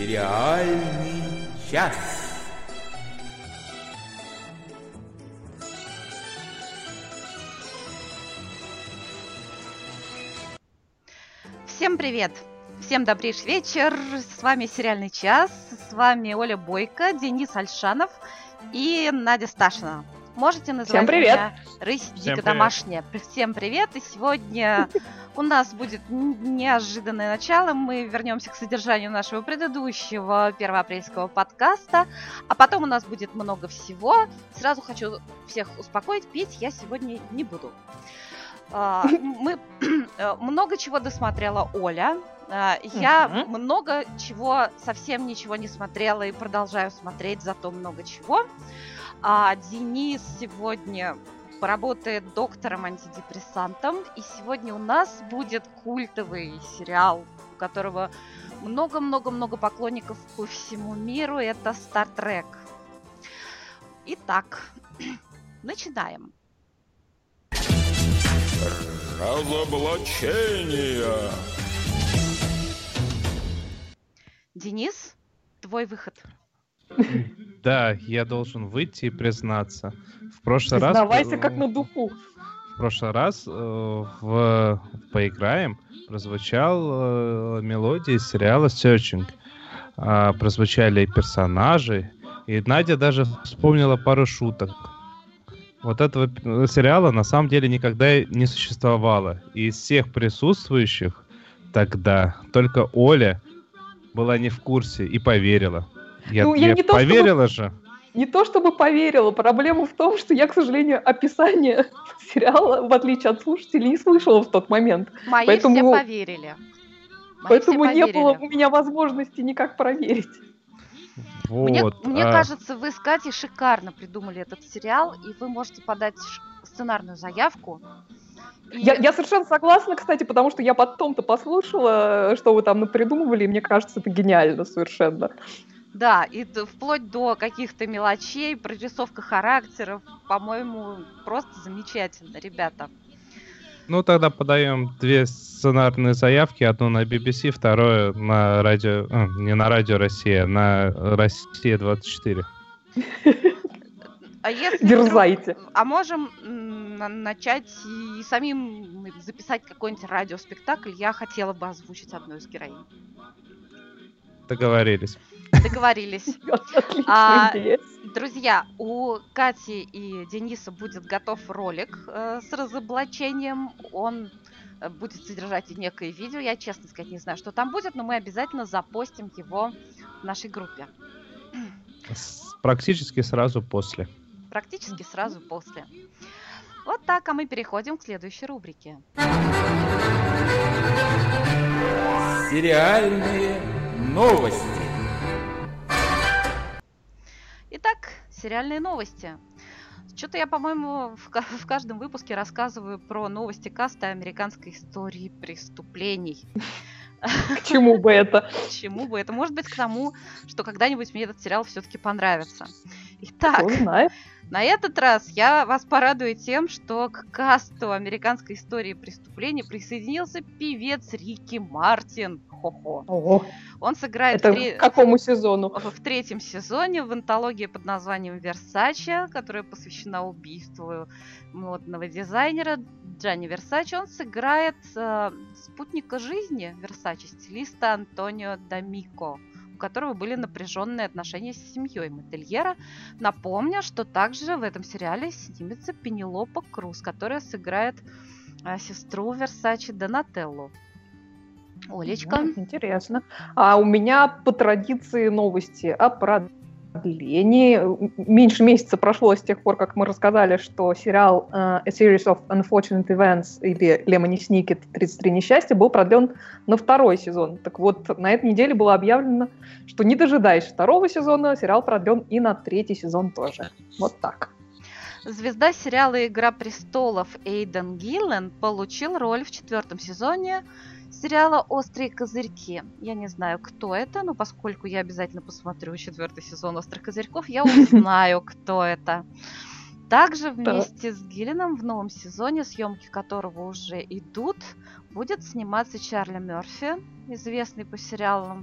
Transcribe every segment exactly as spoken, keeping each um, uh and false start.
Сериальный час. Всем привет! Всем добрейший вечер! С вами Сериальный час. С вами Оля Бойко, Денис Альшанов и Надя Сташина. Можете называть меня Рысь Дико Домашняя. Всем привет! И сегодня у нас будет неожиданное начало. Мы вернемся к содержанию нашего предыдущего первоапрельского подкаста. А потом у нас будет много всего. Сразу хочу всех успокоить, петь я сегодня не буду. Мы много чего досмотрела Оля. Я uh-huh. много чего, совсем ничего не смотрела и продолжаю смотреть, зато много чего. А Денис сегодня поработает доктором-антидепрессантом. И сегодня у нас будет культовый сериал, у которого много-много-много поклонников по всему миру. Это Star Trek. Итак, начинаем. Разоблачение. Денис, твой выход. Да, я должен выйти и признаться. В прошлый раз... Признавайся как на духу. В прошлый раз э, в «Поиграем» прозвучал э, мелодия из сериала «Searching». Э, прозвучали персонажи, и Надя даже вспомнила пару шуток. Вот этого сериала на самом деле никогда не существовало. И из всех присутствующих тогда только Оля была не в курсе и поверила. Я, ну, я, я не поверила то, чтобы, же. Не то чтобы поверила. Проблема в том, что я, к сожалению, описание сериала, в отличие от слушателей, не слышала в тот момент. Мои поэтому, все поверили. Мои поэтому все не поверили. было у меня возможности никак проверить. Вот, мне мне а... кажется, вы с Катей шикарно придумали этот сериал, и вы можете подать сценарную заявку. И... Я, я совершенно согласна, кстати, потому что я потом-то послушала, что вы там напридумывали, и мне кажется, это гениально совершенно. Да, и вплоть до каких-то мелочей, прорисовка характеров, по-моему, просто замечательно, ребята. Ну, тогда подаем две сценарные заявки. Одну на би би си, вторую на радио... А, не на радио Россия, на Россия двадцать четыре. А если Дерзайте. Вдруг... А можем м- начать и самим записать какой-нибудь радиоспектакль. Я хотела бы озвучить одну из героинь. Договорились. Договорились. А, друзья, у Кати и Дениса будет готов ролик э, с разоблачением. Он э, будет содержать некое видео. Я, честно сказать, не знаю, что там будет, но мы обязательно запостим его в нашей группе. Практически сразу после. Практически сразу после. Вот так, а мы переходим к следующей рубрике. Сериальные новости. Итак, сериальные новости. Что-то я, по-моему, в, в каждом выпуске рассказываю про новости каста американской истории преступлений. К чему бы это? К чему бы это? Может быть, к тому, что когда-нибудь мне этот сериал все-таки понравится. Итак, на этот раз я вас порадую тем, что к касту американской истории преступлений присоединился певец Рики Мартин. Хо-хо. Ого. Он сыграет это в тре... к какому сезону? В третьем сезоне в антологии под названием «Версаче», которая посвящена убийству модного дизайнера Джанни Версаче. Он сыграет э, спутника жизни Версаче, стилиста Антонио Дамико, у которого были напряженные отношения с семьей модельера. Напомню, что также в этом сериале снимется Пенелопа Круз, которая сыграет э, сестру Версаче Донателлу. Олечка. Ну, интересно. А у меня по традиции новости о продлении. Меньше месяца прошло с тех пор, как мы рассказали, что сериал uh, A Series of Unfortunate Events или Lemony Snicket тридцать три несчастья был продлен на второй сезон. Так вот, на этой неделе было объявлено, что не дожидаясь второго сезона, сериал продлен и на третий сезон тоже. Вот так. Звезда сериала «Игра престолов» Эйден Гиллен получил роль в четвертом сезоне сериала «Острые козырьки». Я не знаю, кто это, но поскольку я обязательно посмотрю четвертый сезон «Острых козырьков», я узнаю, кто это. Также вместе с Гиллином в новом сезоне, съемки которого уже идут, будет сниматься Чарли Мерфи, известный по сериалам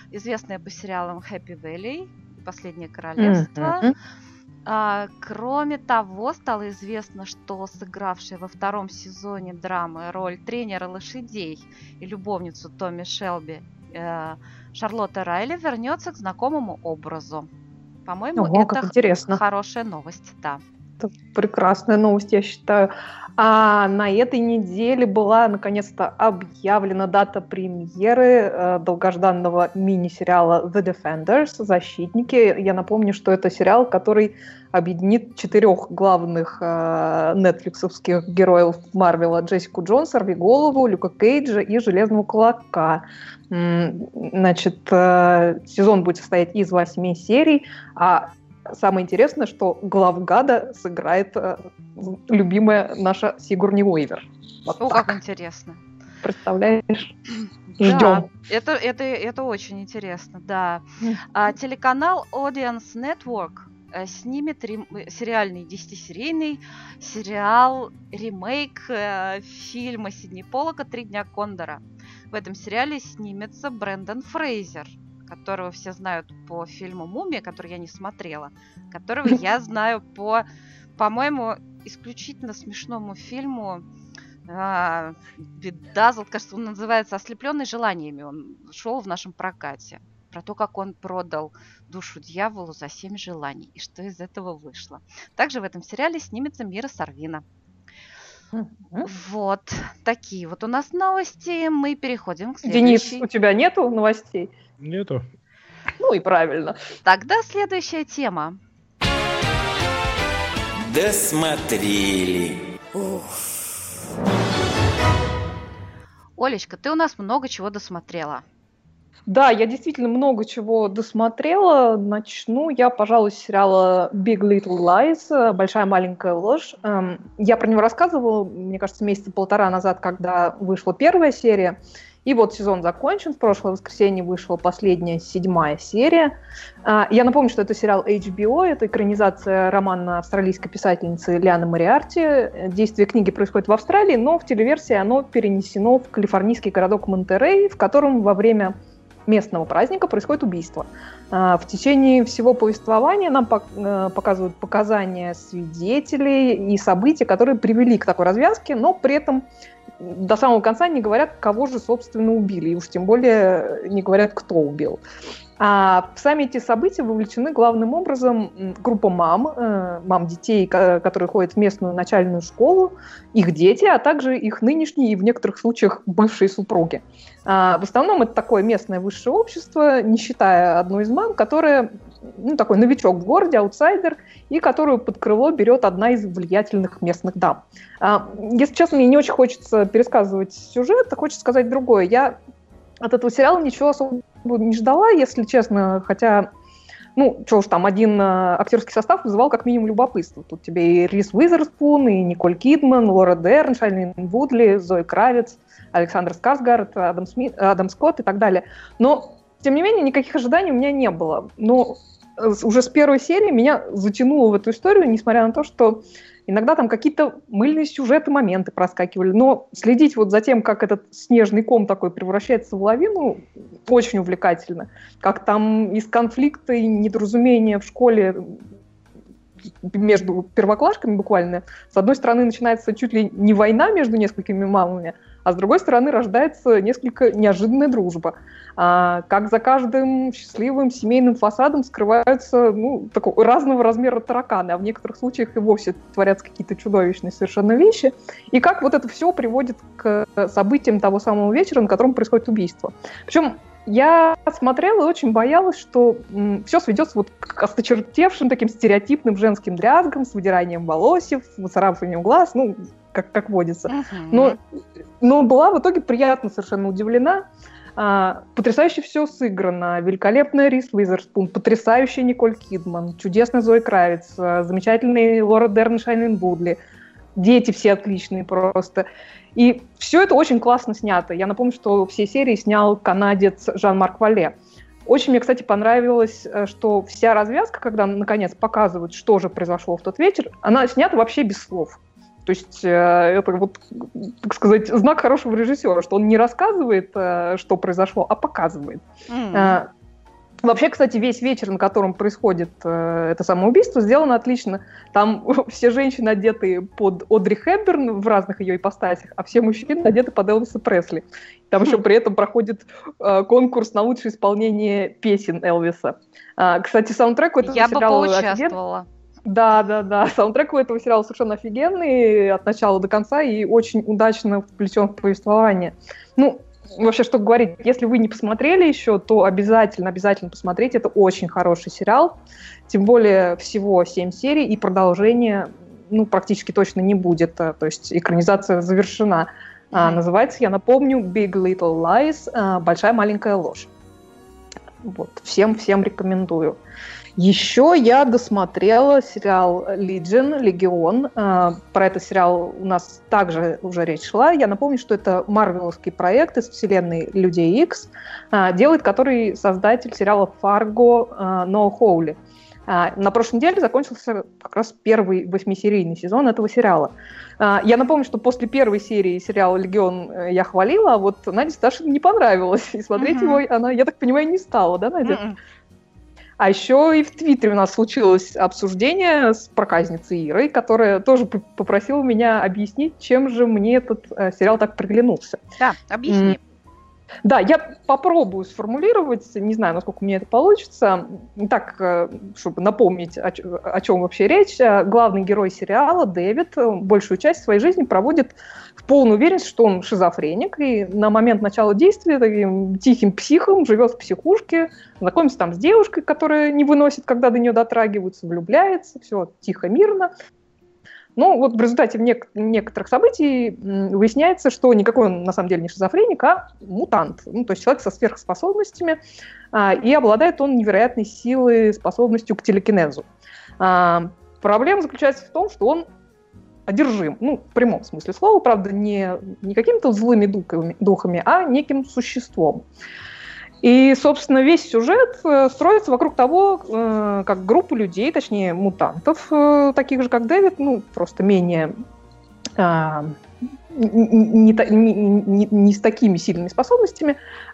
известная по сериалам Happy Valley, Последнее королевство. Мгм. А, кроме того, стало известно, что сыгравшая во втором сезоне драмы роль тренера лошадей и любовницу Томми Шелби э, Шарлотта Райли вернется к знакомому образу. По-моему, Ого, это как х- интересно. хорошая новость, да. Это прекрасная новость, я считаю. А на этой неделе была наконец-то объявлена дата премьеры э, долгожданного мини-сериала The Defenders, «Защитники». Я напомню, что это сериал, который объединит четырех главных э, нетфликсовских героев Марвела: Джессику Джонс, Сорвиголову, Люка Кейджа и Железного Кулака. М, Значит, э, сезон будет состоять из восьми серий, а самое интересное, что главгада сыграет э, любимая наша Сигурни Уивер. Вот О, так. как интересно. Представляешь? Да, Ждем. это, это, это очень интересно, да. Мгм. А, телеканал Audience Network э, снимет рем- э, сериальный десятисерийный сериал ремейк э, фильма Сидни Поллака «Три дня Кондора». В этом сериале снимется Брэндон Фрейзер, которого все знают по фильму «Мумия», который я не смотрела, которого я знаю по, по-моему, исключительно смешному фильму а, Bedazzled, кажется, он называется «Ослепленный желаниями». Он шел в нашем прокате. Про то, как он продал душу дьяволу за семь желаний. И что из этого вышло. Также в этом сериале снимется Мира Сорвина. Мгм. Вот. Такие вот у нас новости. Мы переходим к Денис, следующей. у тебя нету новостей? Нету. Ну и правильно. Тогда следующая тема. Досмотрели. Олечка, ты у нас много чего досмотрела. Да, я действительно много чего досмотрела. Начну я, пожалуй, с сериала Big Little Lies, «Большая маленькая ложь». Эм, Я про него рассказывала, мне кажется, месяца полтора назад, когда вышла первая серия. И вот сезон закончен. В прошлое воскресенье вышла последняя, седьмая серия. А, Я напомню, что это сериал эйч би о, это экранизация романа австралийской писательницы Лианы Мориарти. Действие книги происходит в Австралии, но в телеверсии оно перенесено в калифорнийский городок Монтерей, в котором во время местного праздника происходит убийство. А, В течение всего повествования нам пок- э, показывают показания свидетелей и события, которые привели к такой развязке, но при этом до самого конца не говорят, кого же, собственно, убили, и уж тем более не говорят, кто убил. А в сами эти события вовлечены главным образом м, группа мам, э, мам детей, ко- которые ходят в местную начальную школу, их дети, а также их нынешние и в некоторых случаях бывшие супруги. А, в основном это такое местное высшее общество, не считая одной из мам, которая, ну, такой новичок в городе, аутсайдер, и которую под крыло берет одна из влиятельных местных дам. А, если честно, мне не очень хочется пересказывать сюжет, а хочется сказать другое. Я от этого сериала ничего особо не ждала, если честно, хотя, ну, что уж там, один э, актерский состав вызывал как минимум любопытство. Тут тебе и Риз Уизерспун, и Николь Кидман, Лора Дерн, Шайлин Вудли, Зои Кравиц, Александр Скарсгард, Адам, Смит, Адам Скотт и так далее. Но, тем не менее, никаких ожиданий у меня не было. Но э, уже с первой серии меня затянуло в эту историю, несмотря на то, что иногда там какие-то мыльные сюжеты, моменты проскакивали, но следить вот за тем, как этот снежный ком такой превращается в лавину, очень увлекательно. Как там из конфликта и недоразумения в школе между первоклашками буквально, с одной стороны начинается чуть ли не война между несколькими мамами, а с другой стороны рождается несколько неожиданная дружба. А, как за каждым счастливым семейным фасадом скрываются, ну, такого разного размера тараканы, а в некоторых случаях и вовсе творятся какие-то чудовищные совершенно вещи. И как вот это все приводит к событиям того самого вечера, на котором происходит убийство. Причем я смотрела и очень боялась, что м, все сведется вот к осточертевшим таким стереотипным женским дрязгам с выдиранием волосев, выцарапыванием глаз, ну, как, как водится. Мгм. Но, но была в итоге приятно совершенно удивлена. А, потрясающе все сыграно. Великолепная Риз Уизерспун, потрясающая Николь Кидман, чудесная Зои Кравиц, а, замечательный Лора Дерн и Шайлин Вудли. Дети все отличные просто. И все это очень классно снято. Я напомню, что все серии снял канадец Жан-Марк Валле. Очень мне, кстати, понравилось, что вся развязка, когда наконец показывают, что же произошло в тот вечер, она снята вообще без слов. То есть э, это вот, так сказать, знак хорошего режиссера, что он не рассказывает, э, что произошло, а показывает. М. Э, Вообще, кстати, весь вечер, на котором происходит э, это самоубийство, сделано отлично. Там все женщины одеты под Одри Хепберн в разных ее ипостасях, а все мужчины одеты под Элвиса Пресли. Там еще при этом проходит э, конкурс на лучшее исполнение песен Элвиса. А, кстати, саундтрек у этого Я сериала бы поучаствовала. офигенный. Да, да, да. Саундтрек у этого сериала совершенно офигенный от начала до конца и очень удачно вплетен в повествование. Ну, вообще, что говорить, если вы не посмотрели еще, то обязательно, обязательно посмотрите. Это очень хороший сериал. Тем более всего семь серий, и продолжения ну, практически точно не будет. То есть экранизация завершена. Mm-hmm. А, называется, я напомню, Big Little Lies, а, большая маленькая ложь. Вот. Всем, всем рекомендую. Еще я досмотрела сериал Legion, Легион. Про этот сериал у нас также уже речь шла. Я напомню, что это марвеловский проект из вселенной Людей Икс, делает который создатель сериала Fargo Ноа Хоули. На прошлой неделе закончился как раз первый восьмисерийный сезон этого сериала. Я напомню, что после первой серии сериала «Легион» я хвалила, а вот Наде Сташиной не понравилось. И смотреть mm-hmm. его она, я так понимаю, не стала, да, Надя? Mm-mm. А еще и в Твиттере у нас случилось обсуждение с проказницей Ирой, которая тоже попросила меня объяснить, чем же мне этот э, сериал так приглянулся. Да, объясни. Mm. Да, я попробую сформулировать, не знаю, насколько у меня это получится. Так, чтобы напомнить, о, о чем вообще речь. Главный герой сериала, Дэвид, большую часть своей жизни проводит в полной уверенности, что он шизофреник, и на момент начала действия таким тихим психом живет в психушке, знакомится там с девушкой, которая не выносит, когда до нее дотрагиваются, влюбляется, все тихо, мирно. Ну, вот в результате нек- некоторых событий выясняется, что никакой он на самом деле не шизофреник, а мутант. Ну, то есть человек со сверхспособностями, а, и обладает он невероятной силой, способностью к телекинезу. А, проблема заключается в том, что он одержим, ну, в прямом смысле слова, правда, не, не какими-то злыми духами, духами, а неким существом. И, собственно, весь сюжет строится вокруг того, как группа людей, точнее, мутантов, таких же, как Дэвид, ну, просто менее... Не, не, не, не с такими сильными способностями,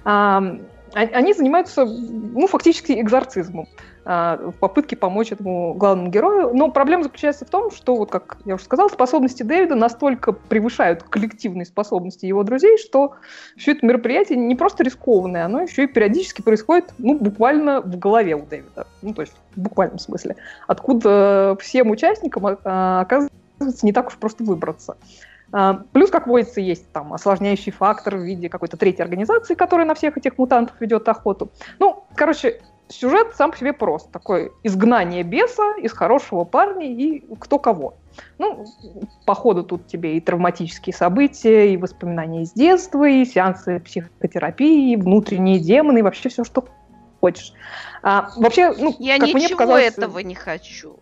они занимаются, ну, фактически экзорцизмом в попытке помочь этому главному герою. Но проблема заключается в том, что, вот как я уже сказала, способности Дэвида настолько превышают коллективные способности его друзей, что все это мероприятие не просто рискованное, оно еще и периодически происходит, ну, буквально в голове у Дэвида. Ну, то есть в буквальном смысле. Откуда всем участникам оказывается не так уж просто выбраться. Плюс, как водится, есть там осложняющий фактор в виде какой-то третьей организации, которая на всех этих мутантов ведет охоту. Ну, короче, сюжет сам по себе прост. Такое изгнание беса из хорошего парня и кто кого. Ну, по ходу тут тебе и травматические события, и воспоминания из детства, и сеансы психотерапии, и внутренние демоны, и вообще все, что хочешь. А, вообще, ну, я как ничего мне показалось, этого не хочу.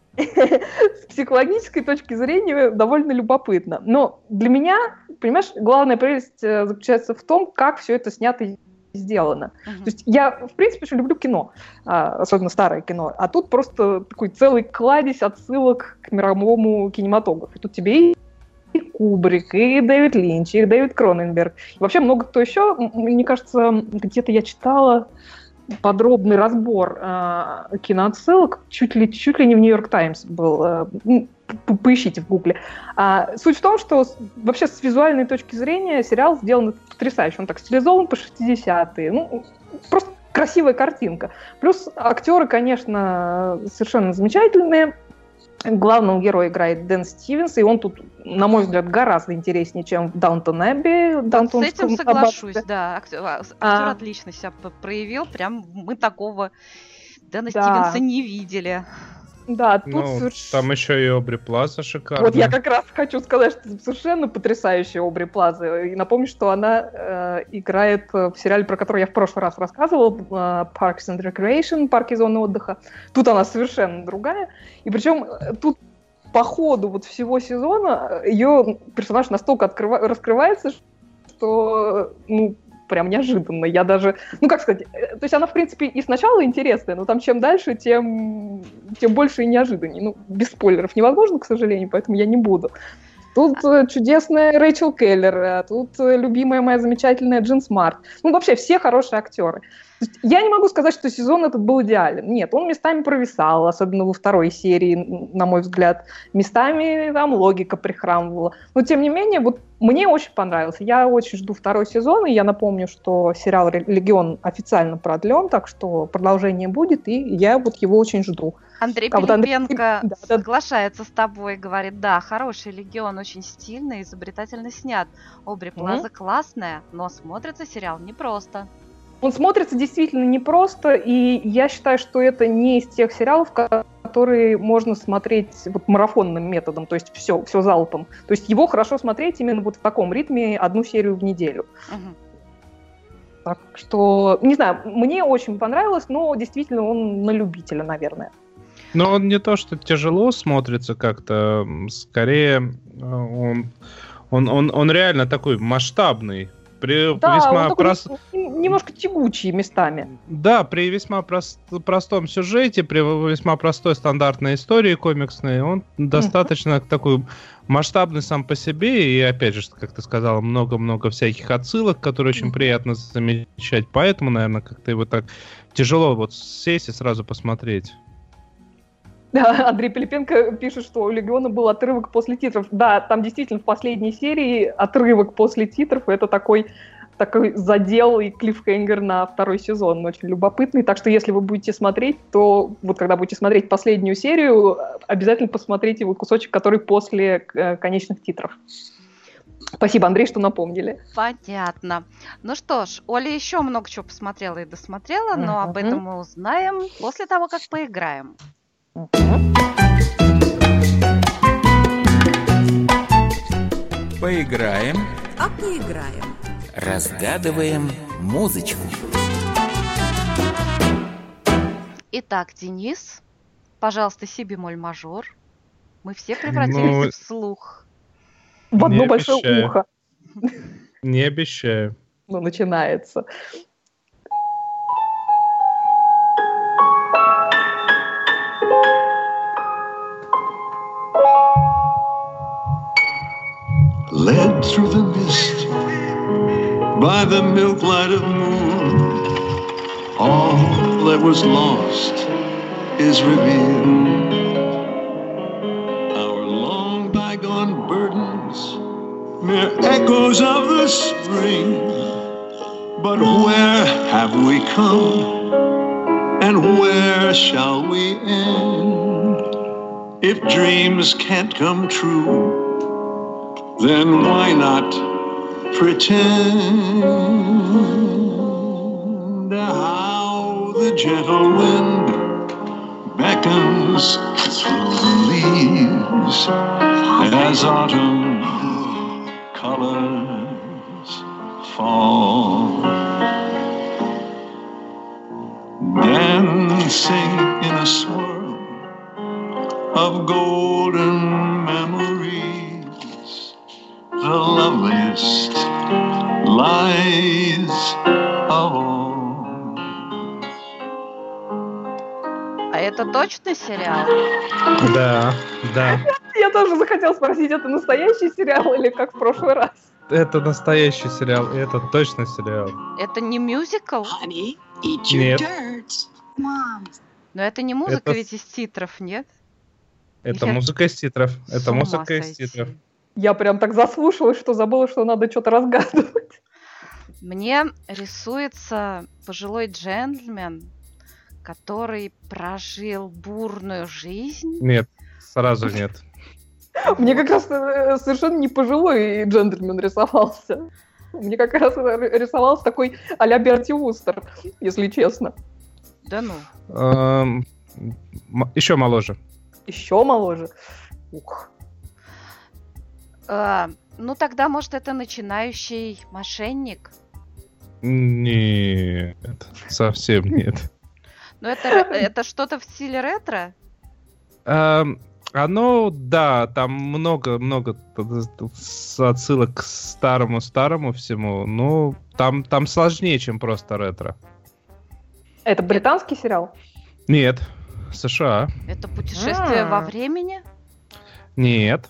С психологической точки зрения довольно любопытно. Но для меня, понимаешь, главная прелесть заключается в том, как все это снято и сделано. Uh-huh. То есть я, в принципе, очень люблю кино, особенно старое кино, а тут просто такой целый кладезь отсылок к мировому кинематографу. Тут тебе и Кубрик, и Дэвид Линч, и Дэвид Кроненберг. И вообще много кто еще. Мне кажется, где-то я читала подробный разбор э, киноотсылок, чуть ли, чуть ли не в Нью-Йорк Таймс был. Э, ну, поищите в гугле. А, суть в том, что вообще с визуальной точки зрения сериал сделан потрясающе. Он так стилизован по шестидесятые. Ну, просто красивая картинка. Плюс актеры, конечно, совершенно замечательные. Главного героя играет Дэн Стивенс, и он тут, на мой взгляд, гораздо интереснее, чем в Даунтон Эбби. Вот с этим соглашусь, аббатстве. Да. Актер, актер а... отлично себя проявил. Прям мы такого Дэна да. Стивенса не видели. Да, тут ну, соверш... там еще и Обри Плаза шикарная. Вот я как раз хочу сказать, что совершенно потрясающая Обри Плаза. И напомню, что она э, играет в сериале, про который я в прошлый раз рассказывала, э, Parks and Recreation, парки и зоны отдыха. Тут она совершенно другая. И причем тут по ходу вот всего сезона ее персонаж настолько открыва... раскрывается, что, ну, прям неожиданно. Я даже, ну как сказать, то есть она, в принципе, и сначала интересная, но там чем дальше, тем, тем больше и неожиданней. Ну, без спойлеров невозможно, к сожалению, поэтому я не буду. Тут чудесная Рэйчел Келлер, тут любимая моя замечательная Джин Смарт. Ну, вообще, все хорошие актеры. есть я не могу сказать, что сезон этот был идеален. Нет, он местами провисал, особенно во второй серии, на мой взгляд. Местами там логика прихрамывала. Но, тем не менее, вот мне очень понравился. Я очень жду второй сезон, и я напомню, что сериал «Легион» официально продлен, так что продолжение будет, и я вот его очень жду. Андрей а Пилипенко вот Андрей... соглашается с тобой, говорит, да, хороший «Легион», очень стильный, изобретательно снят. Обри Плаза mm-hmm. классная, но смотрится сериал непросто. Он смотрится действительно непросто, и я считаю, что это не из тех сериалов, которые можно смотреть вот марафонным методом, то есть все, все залпом. То есть его хорошо смотреть именно вот в таком ритме, одну серию в неделю. Uh-huh. Так что, не знаю, мне очень понравилось, но действительно он на любителя, наверное. Но он не то, что тяжело смотрится как-то, скорее он, он, он, он реально такой масштабный. При да, весьма он прост... немножко тягучий местами. Да, при весьма прост... простом сюжете, при весьма простой стандартной истории комиксной, он mm-hmm. достаточно такой масштабный сам по себе, и опять же, как ты сказала, много-много всяких отсылок, которые очень mm-hmm. приятно замечать, поэтому, наверное, как-то его так тяжело вот сесть и сразу посмотреть. Да, Андрей Пилипенко пишет, что у «Легиона» был отрывок после титров. Да, там действительно в последней серии отрывок после титров, и это такой, такой задел и клиффхенгер на второй сезон, очень любопытный. Так что если вы будете смотреть, то вот когда будете смотреть последнюю серию, обязательно посмотрите вот кусочек, который после э, конечных титров. Спасибо, Андрей, что напомнили. Понятно. Ну что ж, Оля еще много чего посмотрела и досмотрела, но uh-huh. об этом мы узнаем после того, как поиграем. Поиграем. А поиграем. Разгадываем музычку. Итак, Денис, пожалуйста, си бемоль мажор. Мы все превратились ну, в слух. В одно большое обещаю. Ухо. Не обещаю. Ну, начинается. Led through the mist by the milk light of moon, all that was lost is revealed. Our long bygone burdens, mere echoes of the spring. But where have we come, and where shall we end? If dreams can't come true, then why not pretend? How the gentle wind beckons through the leaves as autumn colors fall, dancing in a swirl of golden memories, the loveliest lies of all. А это точно сериал? Да, да. Я тоже захотела спросить, это настоящий сериал или как в прошлый раз? Это настоящий сериал, и это точно сериал. Это не мюзикл? Honey, eat your Нет. dirt. Mom. Но это не музыка Это- ведь из титров, нет? Это Или- музыка из титров. С Это ума музыка из сойти. титров. Я прям так заслушалась, что забыла, что надо что-то разгадывать. Мне рисуется пожилой джентльмен, который прожил бурную жизнь. Нет, сразу нет. Мне как раз э, совершенно не пожилой джентльмен рисовался. Мне как раз р- рисовался такой а-ля Берти Вустер, если честно. Да ну. Эм, м- Еще моложе. Еще моложе. Ух. А, ну тогда, может, это начинающий мошенник? Нет, совсем нет. Ну это, ре- это что-то в стиле ретро? Эм, Оно, да, там много-много отсылок к старому-старому всему. Ну, там, там сложнее, чем просто ретро. Это британский сериал? Нет, США. Это путешествие А. во времени? Нет.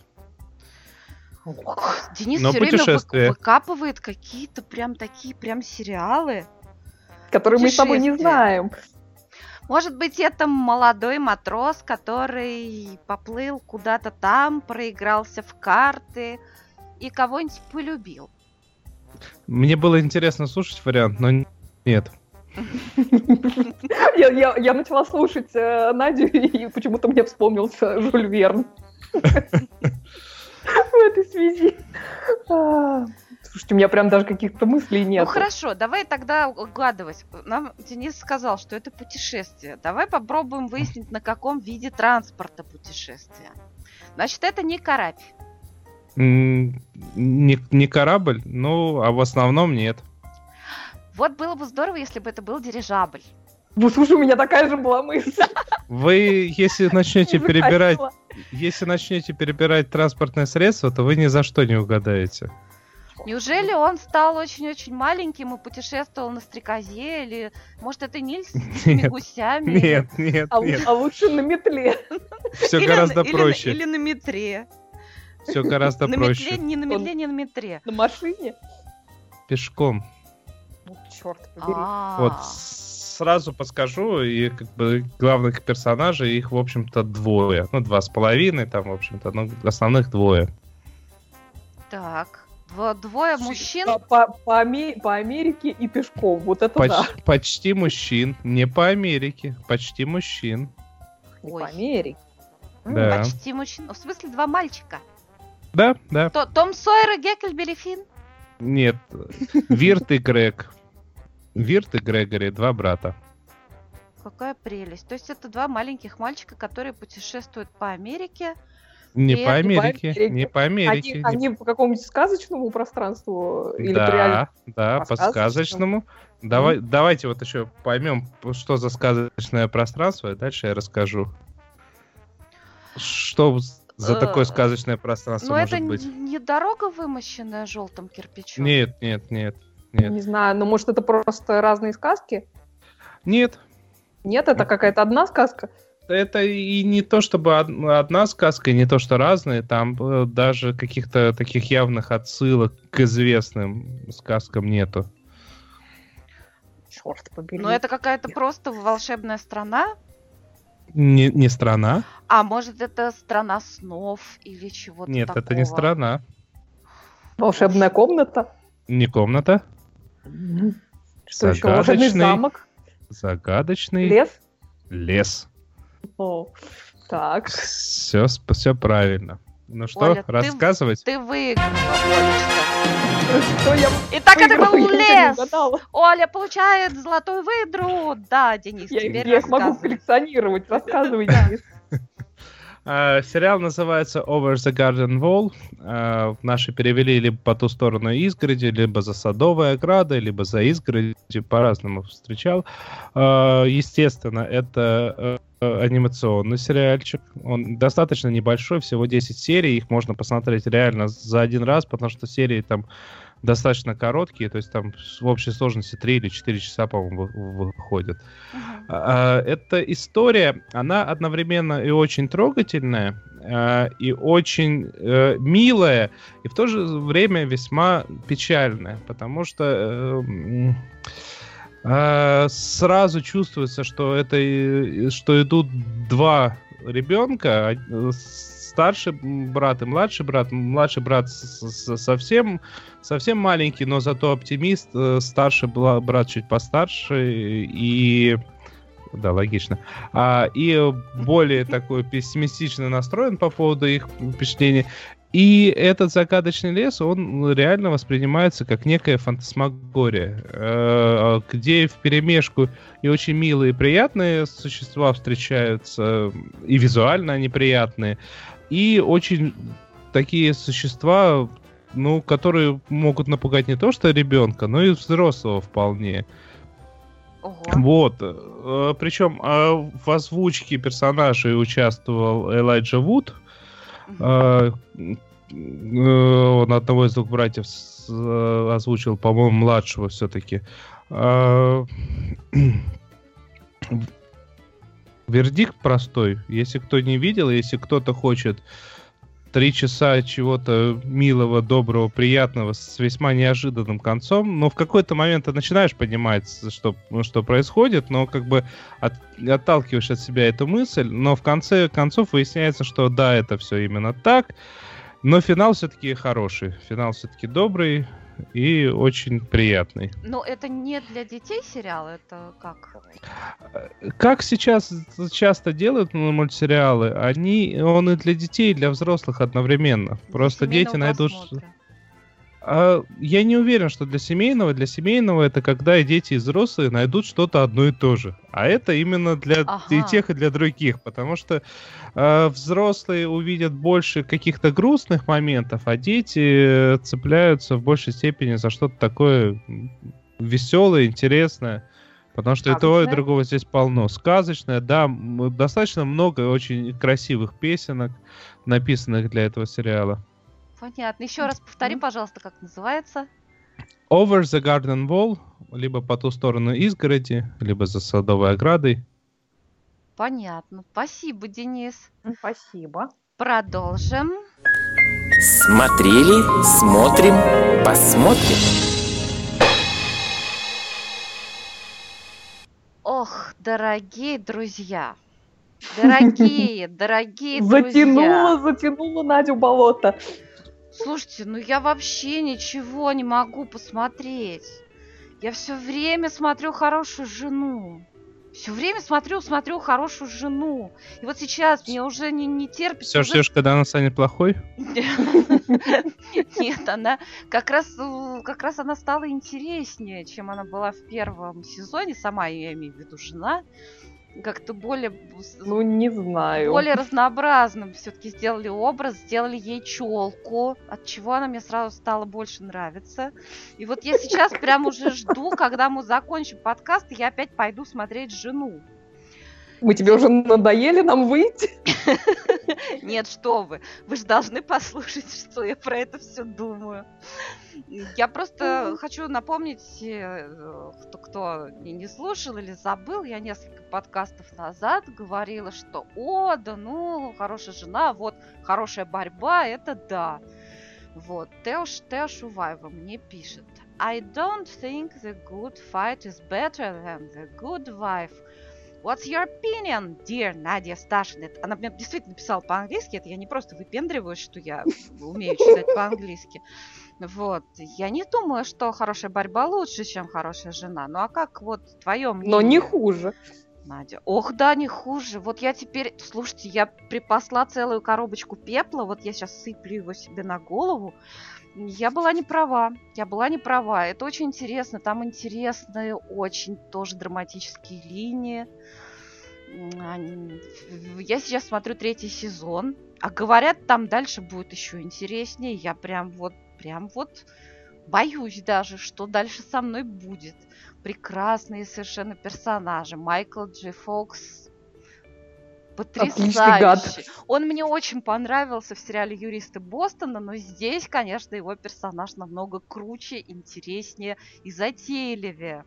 Денис Но все время вы- путешествие. выкапывает какие-то прям такие прям сериалы. который мы с тобой не Путешествие. знаем. Может быть, это молодой матрос, который поплыл куда-то там, проигрался в карты и кого-нибудь полюбил. Мне было интересно слушать вариант, но нет. Я, я, я начала слушать э, Надю, и почему-то мне вспомнился Жюль Верн. В этой связи. А, Слушайте, у меня прям даже каких-то мыслей нет. Ну хорошо, давай тогда угадывать. Нам Денис сказал, что это путешествие. Давай попробуем выяснить, на каком виде транспорта путешествие. Значит, это не корабль. М, Не, не корабль, ну, а в основном нет. Вот было бы здорово, если бы это был дирижабль. Ну, слушай, у меня такая же была мысль. Вы, если начнете Не перебирать, захотела. если начнете перебирать транспортное средство, то вы ни за что не угадаете. Неужели он стал очень-очень маленьким и путешествовал на стрекозе? Или, может, это Нильс с этими Нет. гусями? Нет, нет, А, лу- нет. а лучше на метле. Все Или гораздо на- или на- проще. Или на метре. Все гораздо На проще. метле, не на метле, не на метре. На машине. Пешком. Ну, черт побери. А. Вот с- сразу подскажу, и как бы главных персонажей, их, в общем-то, двое. Ну, два с половиной, там, в общем-то, но основных двое. Так. Дво- Двое мужчин. По, по- по Аме- по Америке и пешком. Вот это Поч- да. Почти мужчин. Не по Америке. Почти мужчин. Не Ой. по Америке. М, Да. Почти мужчин. В смысле, два мальчика. Да, да. То- Том Сойер и Геккельбери Финн. Нет. Вирт и Грег. Вирт и Грегори, два брата. Какая прелесть. То есть это два маленьких мальчика, которые путешествуют по Америке. Не Нет, по не по Америке. Америке. Не по Америке. Они, не- они по какому-нибудь сказочному пространству или по реальному? Да, да, По по сказочному? сказочному. Давай, давайте вот еще поймем, что за сказочное пространство, и дальше я расскажу. Что за Э, такое сказочное пространство Но может это быть? н- не дорога, вымощенная желтым кирпичом. Нет, нет, нет, нет. Не знаю, но может это просто разные сказки? Нет, Нет, это какая-то одна сказка? это и не то, чтобы од- одна сказка, и не то, что разные. Там э, даже каких-то таких явных отсылок к известным сказкам нету. Черт побери. Но это какая-то просто волшебная страна. Не, не страна? А может, это страна снов или чего-то Нет, такого? это не страна. Волшебная комната? Не комната. Что еще? Волшебный Загадочный. замок? Загадочный Лес? лес. О, так. Все, все правильно. Ну что, Оля, ты- рассказывать? Ты выиграла, Олечка. Что я Итак, это выиграла? был Я ничего не лес. угадала. Оля получает золотую выдру. Да, Денис, Я, теперь я их могу рассказывай. коллекционировать. Рассказывай, Денис. А, сериал называется Over the Garden Wall. А, наши перевели либо по ту сторону изгороди, либо за садовой оградой, либо за изгородью. По-разному встречал. А, естественно, это э, анимационный сериальчик. Он достаточно небольшой, всего десять серий. Их можно посмотреть реально за один раз, потому что серии там достаточно короткие. То есть там в общей сложности три или четыре часа, по-моему, вы- выходят. Мгм. А, Эта история, она одновременно и очень трогательная, а, и очень э, милая, и в то же время весьма печальная, потому что э, м, а, сразу чувствуется, что это и- что идут два ребенка, а, э, старший брат и младший брат. Младший брат с- с- совсем совсем маленький, но зато оптимист. э, Старший бла- брат чуть постарше и да, логично. А, и более такой пессимистично настроен по поводу их впечатлений. И этот загадочный лес, он реально воспринимается как некая фантасмагория, э, где вперемешку и очень милые и приятные существа встречаются, и визуально они приятные, и очень такие существа, ну, которые могут напугать не то что ребенка, но и взрослого вполне. Ого. Вот. Э, Причем э, в озвучке персонажей участвовал Элайджа Вуд. Э, э, Он одного из двух братьев с- э, озвучил, по-моему, младшего все-таки. Вердикт простой. Если кто не видел, если кто-то хочет три часа чего-то милого, доброго, приятного с весьма неожиданным концом, но в какой-то момент ты начинаешь понимать, что, ну, что происходит, но как бы от, отталкиваешь от себя эту мысль, но в конце концов выясняется, что да, это все именно так, но финал все-таки хороший, финал все-таки добрый и очень приятный. Но это не для детей сериал, это как? Как сейчас часто делают мультсериалы, они, он и для детей, и для взрослых одновременно. Для Просто дети найдут... просмотра. А, я не уверен, что для семейного. Для семейного это когда и дети, и взрослые найдут что-то одно и то же. А это именно для Ага. и тех, и для других. Потому что а, взрослые увидят больше каких-то грустных моментов, а дети цепляются в большей степени за что-то такое веселое, интересное. Потому что и того, и Сказочное? другого здесь полно. Сказочное, да. м, Достаточно много очень красивых песенок, написанных для этого сериала. Понятно. Еще раз повтори, пожалуйста, как называется. Over the Garden Wall, либо по ту сторону изгороди, либо за садовой оградой. Понятно. Спасибо, Денис. Спасибо. Продолжим. Смотрели, смотрим, посмотрим. Ох, дорогие друзья. Дорогие, дорогие Затянула, друзья. затянула Надю болото. Слушайте, ну я вообще ничего не могу посмотреть. Я все время смотрю «Хорошую жену». Все время смотрю, смотрю «Хорошую жену». И вот сейчас мне уже не, не терпится. Все ждешь, когда она станет плохой? Нет, она как раз, э, как раз она стала интереснее, чем она была в первом сезоне. Сама я имею в виду жена. Как-то более, с- Ну, не знаю. более разнообразным все-таки сделали образ, сделали ей челку, от чего она мне сразу стала больше нравиться. И вот я сейчас прям уже жду, когда мы закончим подкаст, и я опять пойду смотреть жену. Мы тебе уже надоели нам выйти? Нет, что вы. Вы же должны послушать, что я про это все думаю. Я просто хочу напомнить, э, кто, кто не не слушал или забыл, я несколько подкастов назад говорила, что о, да ну, хорошая жена, вот, хорошая борьба, это да. Вот, Теош, Теош Уваева мне пишет. I don't think the good fight is better than the good wife. What's your opinion, dear Надя Сташина? Это- Она мне действительно писала по-английски, это я не просто выпендриваюсь, что я умею читать по-английски. Вот. Я не думаю, что хорошая борьба лучше, чем хорошая жена. Ну а как вот твое мнение, Но не хуже. Надя? Ох, да, не хуже. Вот я теперь, слушайте, я припасла целую коробочку пепла, вот я сейчас сыплю его себе на голову. Я была не права, я была не права. Это очень интересно, там интересные очень тоже драматические линии. М, они- Я сейчас смотрю третий сезон, а говорят, там дальше будет еще интереснее. Я прям вот, прям вот боюсь даже, что дальше со мной будет. Прекрасные совершенно персонажи. Майкл Джей Фокс Отличный гад. потрясающий. Он мне очень понравился в сериале «Юристы Бостона», но здесь, конечно, его персонаж намного круче, интереснее и затейливее.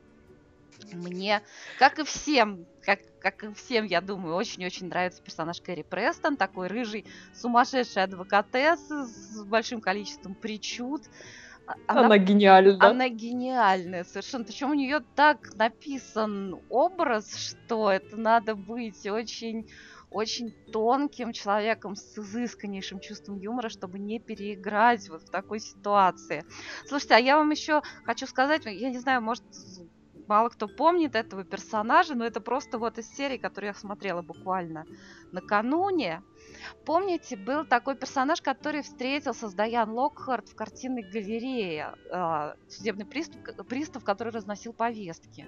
Мне, как и всем, как, как и всем, я думаю, очень-очень нравится персонаж Кэрри Престон, такой рыжий, сумасшедший адвокатесса с большим количеством причуд. А- Она гениальна. она гениальная совершенно. Причем у нее так написан образ, что это надо быть очень, очень тонким человеком с изысканнейшим чувством юмора, чтобы не переиграть вот в такой ситуации. Слушайте, а я вам еще хочу сказать, я не знаю, может, мало кто помнит этого персонажа, но это просто вот из серии, которую я смотрела буквально накануне. Помните, был такой персонаж, который встретился с Дайан Локхарт в картинной галерее, э, судебный пристав, пристав, который разносил повестки.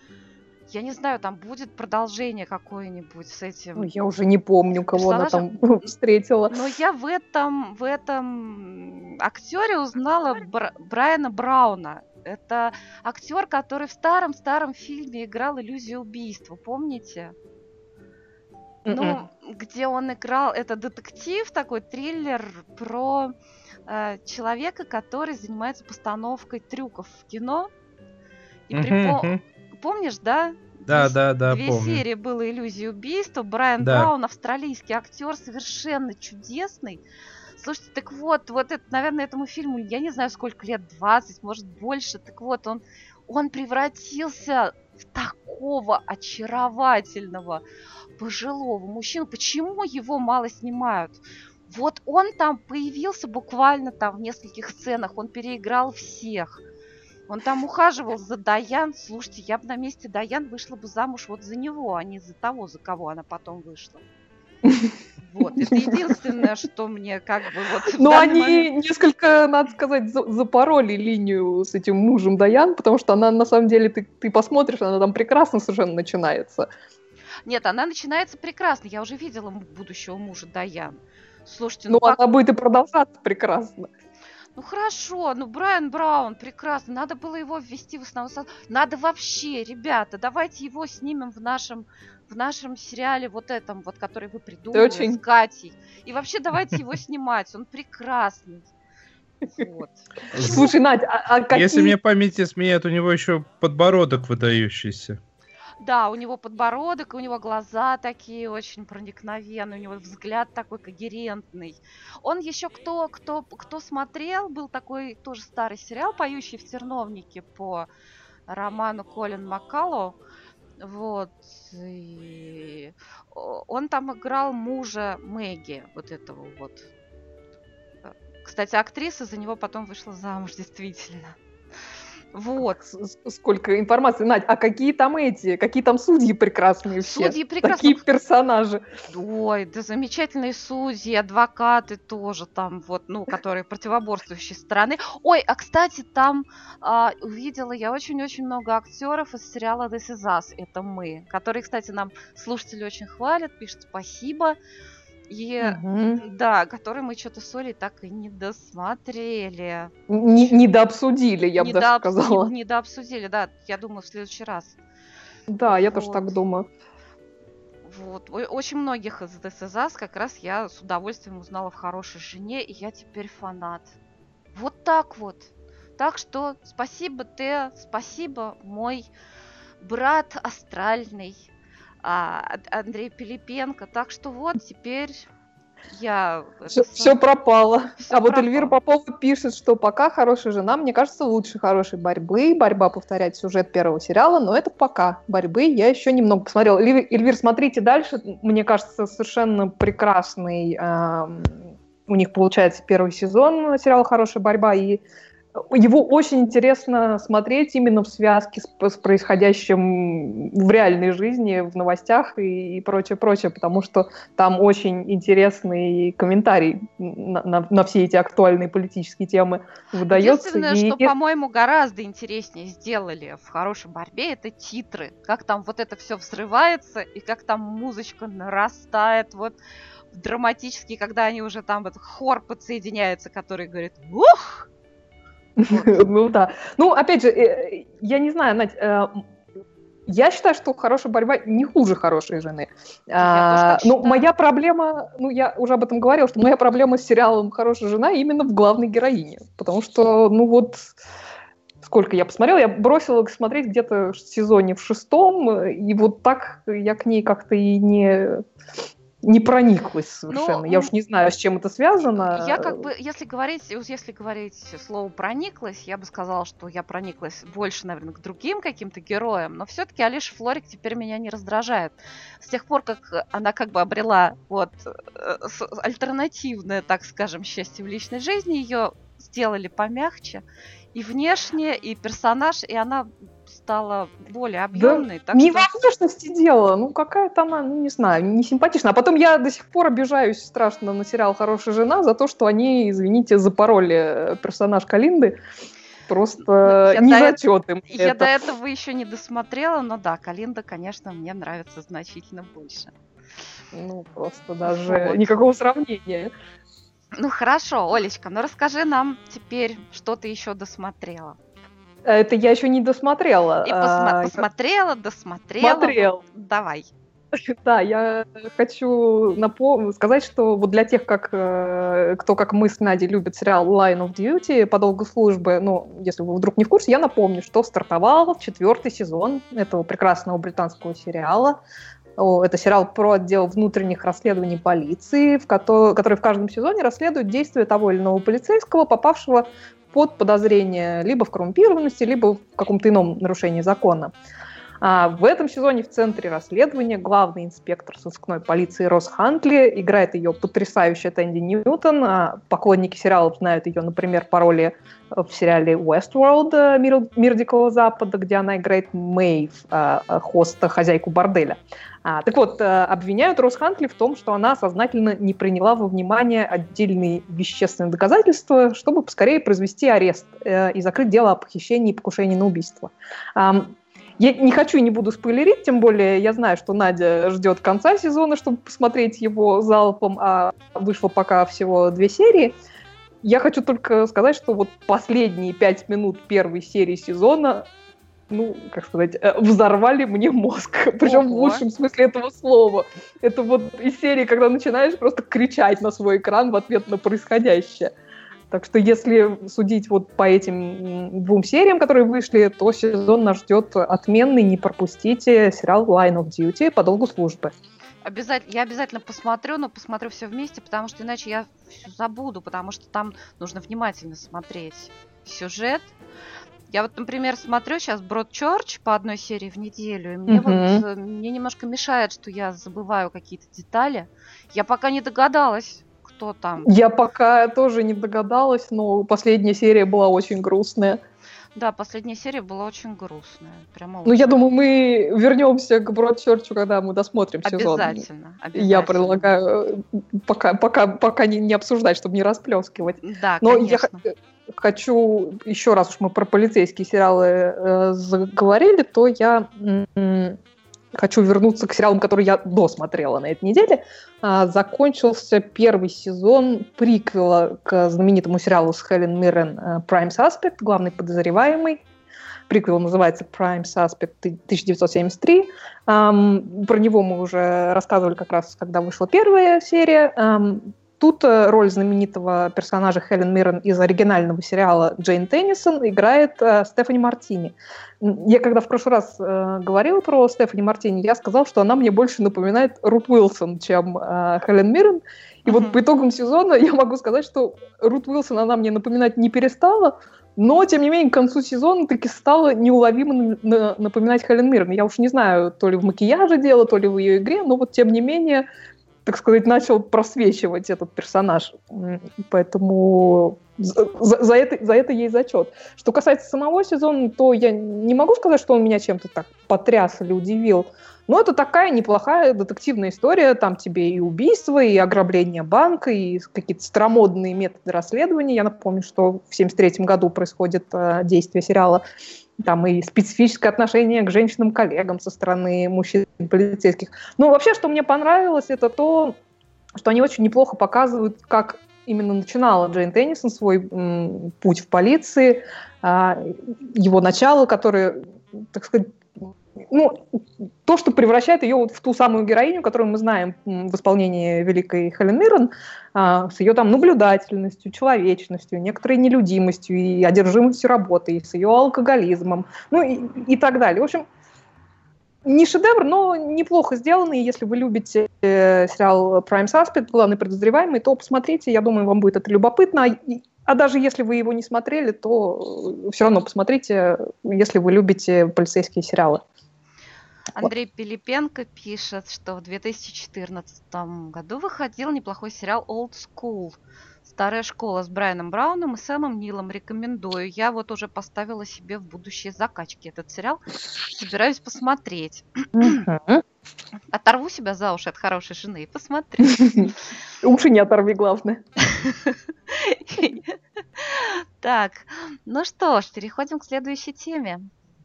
Я не знаю, там будет продолжение какое-нибудь с этим. Ну, я уже не помню, кого она там персонажем. встретила. Но я в этом, в этом актере узнала Бра- Брайана Брауна. Это актер, который в старом-старом фильме играл «Иллюзию убийства». Помните? Мгм. Ну, где он играл, это детектив, такой триллер про э, человека, который занимается постановкой трюков в кино. И при Мгм, пом- мгм. Помнишь, да? Да, две, да, да, две помню. серии было «Иллюзия убийства». Брайан Да. Браун, австралийский актер, совершенно чудесный. Слушайте, так вот, вот это, наверное, этому фильму, я не знаю, сколько лет, двадцать, может, больше. Так вот, он, он превратился в такого очаровательного пожилого мужчину. Почему его мало снимают? Вот он там появился буквально там в нескольких сценах, он переиграл всех. Он там ухаживал за Дайан. Слушайте, я бы на месте Дайан вышла бы замуж вот за него, а не за того, за кого она потом вышла. Вот, это единственное, что мне как бы вот... Ну, они момент... несколько, надо сказать, запороли линию с этим мужем Дайан, потому что она, на самом деле, ты, ты посмотришь, она там прекрасно совершенно начинается. Нет, она начинается прекрасно. Я уже видела будущего мужа Дайан. Слушайте, ну, ну как... она будет и продолжаться прекрасно. Ну хорошо, ну Брайан Браун прекрасно. Надо было его ввести в основной состав. Надо вообще, ребята, давайте его снимем в нашем, в нашем сериале вот этом, вот, который вы придумали очень... с Катей. И вообще давайте его снимать, он прекрасный. Вот. Слушай, Надя, а, а какие... Если мне память изменяет, у него еще подбородок выдающийся. Да, у него подбородок, у него глаза такие очень проникновенные, у него взгляд такой когерентный. Он еще кто, кто, кто смотрел, был такой тоже старый сериал «Поющий в терновнике» по роману Колин Маккаллоу. Вот. И он там играл мужа Мэгги, вот этого вот. Кстати, актриса за него потом вышла замуж, действительно. Вот. Сколько информации. Надь, а какие там эти, какие там судьи прекрасные все? Судьи прекрасные. Такие персонажи. Ой, да замечательные судьи, адвокаты тоже там, вот, ну, которые противоборствующей стороны. Ой, а, кстати, там а, увидела я очень-очень много актеров из сериала This Is Us, это мы, которые, кстати, нам слушатели очень хвалят, пишут спасибо. И, угу. да, который мы что-то с Олей так и не досмотрели. Не, не дообсудили, я бы даже сказала. Не, не дообсудили, да, я думаю, в следующий раз. Да, вот. Я тоже так думаю. Вот, очень многих из This Is Us как раз я с удовольствием узнала в «Хорошей жене», и я теперь фанат. Вот так вот. Так что спасибо, Тэ, спасибо, мой брат астральный. А, Андрей Пилипенко. Так что вот теперь я... Все, это... все пропало. Все а пропало. Вот Эльвира Попова пишет, что пока «Хорошая жена», мне кажется, лучше «Хорошей борьбы». Борьба повторяет сюжет первого сериала, но это пока. Борьбы я еще немного посмотрела. Эльвир, Эльвир, смотрите дальше. Мне кажется, совершенно прекрасный э, у них получается первый сезон сериала «Хорошая борьба». И его очень интересно смотреть именно в связке с, с происходящим в реальной жизни, в новостях и, и прочее, прочее, потому что там очень интересный комментарий на, на, на все эти актуальные политические темы выдается. Единственное, и... что, по-моему, гораздо интереснее сделали в «Хорошей борьбе», это титры. Как там вот это все взрывается, и как там музычка нарастает, вот драматически, когда они уже там вот хор подсоединяется, который говорит «Ух!» Ну да. Ну, опять же, я не знаю, Надь, я считаю, что «Хорошая борьба» не хуже «Хорошей жены». А, ну, моя проблема, ну, я уже об этом говорила, что моя проблема с сериалом «Хорошая жена» именно в главной героине. Потому что, ну вот, сколько я посмотрела, я бросила смотреть где-то в сезоне в шестом, и вот так я к ней как-то и не... не прониклась совершенно. Ну, я уж не знаю, с чем это связано. Я как бы, если говорить, если говорить слово «прониклась», я бы сказала, что я прониклась больше, наверное, к другим каким-то героям, но все-таки Алиша Флорик теперь меня не раздражает. С тех пор, как она как бы обрела вот альтернативное, так скажем, счастье в личной жизни, ее сделали помягче и внешне, и персонаж, и она стала более объемной. Да, так не что... во внешности дело, ну какая-то она, ну не знаю, не симпатична. А потом я до сих пор обижаюсь страшно на сериал «Хорошая жена» за то, что они, извините, запороли персонаж Калинды. Просто я не до зачет им Я это. до этого еще не досмотрела, но да, Калинда, конечно, мне нравится значительно больше. Ну, просто даже вот. Никакого сравнения. Ну хорошо, Олечка, ну расскажи нам теперь, что ты еще досмотрела. Это я еще не досмотрела. И посма- а, посмотрела, досмотрела. Смотрел. Вот, давай. Да, я хочу напом- сказать, что вот для тех, как, э, кто, как мы с Надей, любит сериал Line of Duty по долгу службы, ну, если вы вдруг не в курсе, я напомню, что стартовал четвертый сезон этого прекрасного британского сериала. О, это сериал про отдел внутренних расследований полиции, в ко- который в каждом сезоне расследует действия того или иного полицейского, попавшего под подозрение либо в коррумпированности, либо в каком-то ином нарушении закона. А в этом сезоне в центре расследования главный инспектор сыскной полиции Росс Хантли. Играет ее потрясающая Тэнди Ньютон. А поклонники сериалов знают ее, например, по роли в сериале Westworld «Мир, Мир Дикого Запада», где она играет Мэйв, хоста, хозяйку борделя. А, так вот, обвиняют Росс Хантли в том, что она сознательно не приняла во внимание отдельные вещественные доказательства, чтобы поскорее произвести арест э, и закрыть дело о похищении и покушении на убийство. Я не хочу и не буду спойлерить, тем более я знаю, что Надя ждет конца сезона, чтобы посмотреть его залпом, а вышло пока всего две серии. Я хочу только сказать, что вот последние пять минут первой серии сезона, ну, как сказать, взорвали мне мозг. Причем Ого. В лучшем смысле этого слова. Это вот из серии, когда начинаешь просто кричать на свой экран в ответ на происходящее. Так что если судить вот по этим двум сериям, которые вышли, то сезон нас ждет отменный. Не пропустите сериал Line of Duty по долгу службы. Обязательно, я обязательно посмотрю, но посмотрю все вместе, потому что иначе я все забуду, потому что там нужно внимательно смотреть сюжет. Я вот, например, смотрю сейчас Broadchurch по одной серии в неделю, и мне, mm-hmm. вот, мне немножко мешает, что я забываю какие-то детали. Я пока не догадалась, кто там. Я пока тоже не догадалась, но последняя серия была очень грустная. Да, последняя серия была очень грустная. Прямо ну, очень. Я думаю, мы вернемся к Broadchurch, когда мы досмотрим сезон. Обязательно, обязательно. Я предлагаю пока, пока, пока не, не обсуждать, чтобы не расплескивать. Да, но конечно. Я хочу, еще раз уж мы про полицейские сериалы э, заговорили, то я... М- Хочу вернуться к сериалам, которые я досмотрела на этой неделе. А, закончился первый сезон приквела к знаменитому сериалу с Хелен Миррен «Prime Suspect», главный подозреваемый. Приквел называется «Prime Suspect тысяча девятьсот семьдесят три». Um, про него мы уже рассказывали как раз, когда вышла первая серия. Um, Тут роль знаменитого персонажа Хелен Миррен из оригинального сериала Джейн Теннисон играет э, Стефани Мартини. Я когда в прошлый раз э, говорила про Стефани Мартини, я сказала, что она мне больше напоминает Рут Уилсон, чем э, Хелен Миррен. И mm-hmm. вот по итогам сезона я могу сказать, что Рут Уилсон она мне напоминать не перестала, но, тем не менее, к концу сезона таки стала неуловимо напоминать Хелен Миррен. Я уж не знаю, то ли в макияже дело, то ли в ее игре, но вот, тем не менее, так сказать, начал просвечивать этот персонаж. Поэтому за, за, это, за это ей зачет. Что касается самого сезона, то я не могу сказать, что он меня чем-то так потряс или удивил. Но это такая неплохая детективная история. Там тебе и убийство, и ограбление банка, и какие-то старомодные методы расследования. Я напомню, что в семьдесят третьем году происходит э, действие сериала. Там и специфическое отношение к женщинам-коллегам со стороны мужчин полицейских. Ну, вообще, что мне понравилось, это то, что они очень неплохо показывают, как именно начинала Джейн Теннисон свой м, путь в полиции, а, его начало, которое, так сказать, ну, то, что превращает ее вот в ту самую героиню, которую мы знаем в исполнении великой Хелен Миррен, а, с ее там наблюдательностью, человечностью, некоторой нелюдимостью и одержимостью работой, с ее алкоголизмом, ну и, и так далее. В общем, не шедевр, но неплохо сделанный. Если вы любите э, сериал Prime Suspect, главный подозреваемый, то посмотрите, я думаю, вам будет это любопытно. А даже если вы его не смотрели, то все равно посмотрите, если вы любите полицейские сериалы. Андрей Пилипенко пишет, что в две тысячи четырнадцатом году выходил неплохой сериал Old School. Старая школа с Брайаном Брауном и Сэмом Нилом. Рекомендую. Я вот уже поставила себе в будущие закачки этот сериал. Собираюсь посмотреть. Uh-huh. Оторву себя за уши от хорошей жены и посмотрю. Уши не оторви, главное. Так, ну что ж, переходим к следующей теме.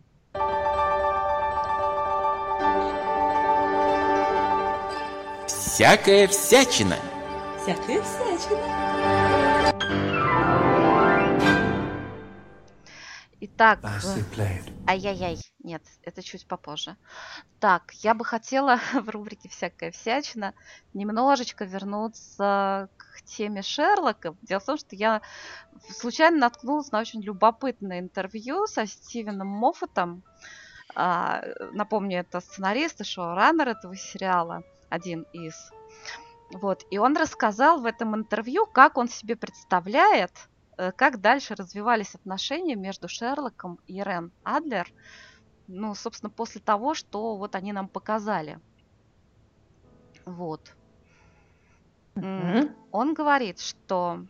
Всякая всячина. Всякая всячина. Итак, ай-яй-яй, Нет, это чуть попозже. Так, я бы хотела в рубрике «Всякая всячина» немножечко вернуться к теме Шерлока. Дело в том, что я случайно наткнулась на очень любопытное интервью со Стивеном Моффатом. А, напомню, это сценарист и шоураннер этого сериала, один из. Вот. И он рассказал в этом интервью, как он себе представляет, как дальше развивались отношения между Шерлоком и Ирен Адлер. Ну, собственно, после того, что вот они нам показали. Вот. Mm-hmm. Он говорит, что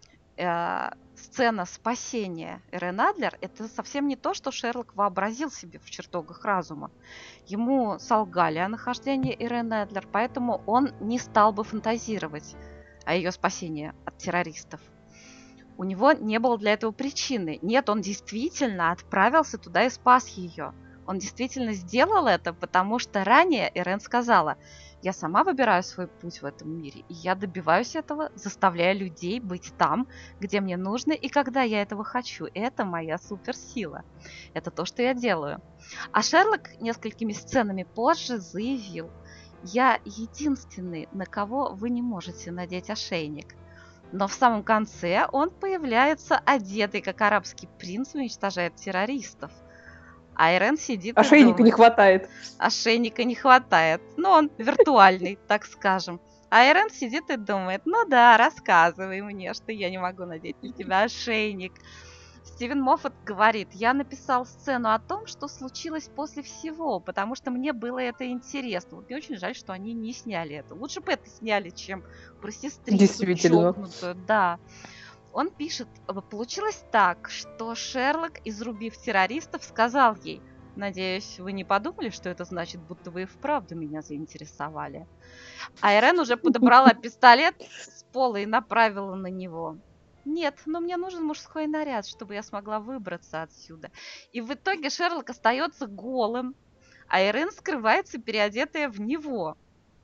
э, сцена спасения Ирен Адлер – это совсем не то, что Шерлок вообразил себе в чертогах разума. Ему солгали о нахождении Ирен Адлер, поэтому он не стал бы фантазировать о ее спасении от террористов. У него не было для этого причины. Нет, он действительно отправился туда и спас ее. Он действительно сделал это, потому что ранее Ирен сказала: «Я сама выбираю свой путь в этом мире, и я добиваюсь этого, заставляя людей быть там, где мне нужно и когда я этого хочу. Это моя суперсила. Это то, что я делаю». А Шерлок несколькими сценами позже заявил: «Я единственный, на кого вы не можете надеть ошейник». Но в самом конце он появляется одетый, как арабский принц, и уничтожает террористов. А Ирен сидит и Ошейника думает, не хватает. Ошейника не хватает. Ну, он виртуальный, так скажем. А Ирен сидит и думает: ну да, рассказывай мне, что я не могу надеть на тебя ошейник. Стивен Моффат говорит: я написал сцену о том, что случилось после всего, потому что мне было это интересно. Вот мне очень жаль, что они не сняли это. Лучше бы это сняли, чем про сестрицу чокнутую. Да. Он пишет: получилось так, что Шерлок, изрубив террористов, сказал ей: надеюсь, вы не подумали, что это значит, будто вы и вправду меня заинтересовали. А Ирен уже подобрала пистолет с пола и направила на него. Нет, но мне нужен мужской наряд, чтобы я смогла выбраться отсюда. И в итоге Шерлок остается голым, а Ирен скрывается, переодетая в него.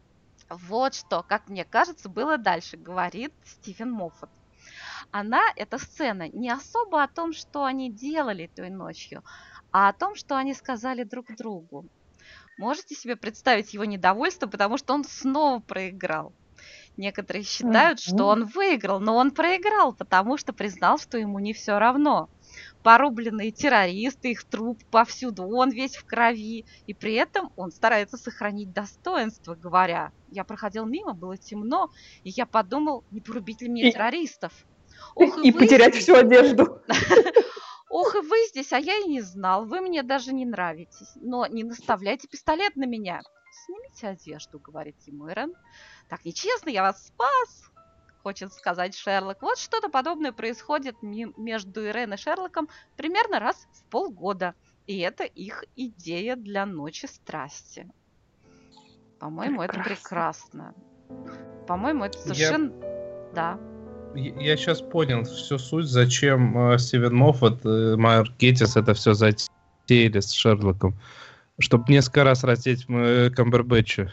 Вот что, как мне кажется, было дальше, говорит Стивен Моффат. Она, эта сцена, не особо о том, что они делали той ночью, а о том, что они сказали друг другу. Можете себе представить его недовольство, потому что он снова проиграл. Некоторые считают, что он выиграл, но он проиграл, потому что признал, что ему не все равно. Порубленные террористы, их труп повсюду, он весь в крови. И при этом он старается сохранить достоинство, говоря: я проходил мимо, было темно, и я подумал, не порубить ли мне террористов. Ох, и, и потерять здесь. Всю одежду. Ох, и вы здесь, а я и не знал. Вы мне даже не нравитесь. Но не наставляйте пистолет на меня. Снимите одежду, говорит ему Ирен. Так нечестно, я вас спас, хочет сказать Шерлок. Вот что-то подобное происходит между Ирен и Шерлоком примерно раз в полгода. И это их идея для ночи страсти. По-моему, прекрасно. Это прекрасно. По-моему, это совершенно... Я... Да. Я сейчас понял всю суть, зачем э, Стивен Моффат и Майер Геттис это все затеяли с Шерлоком. Чтобы несколько раз раздеть Камбербэтча.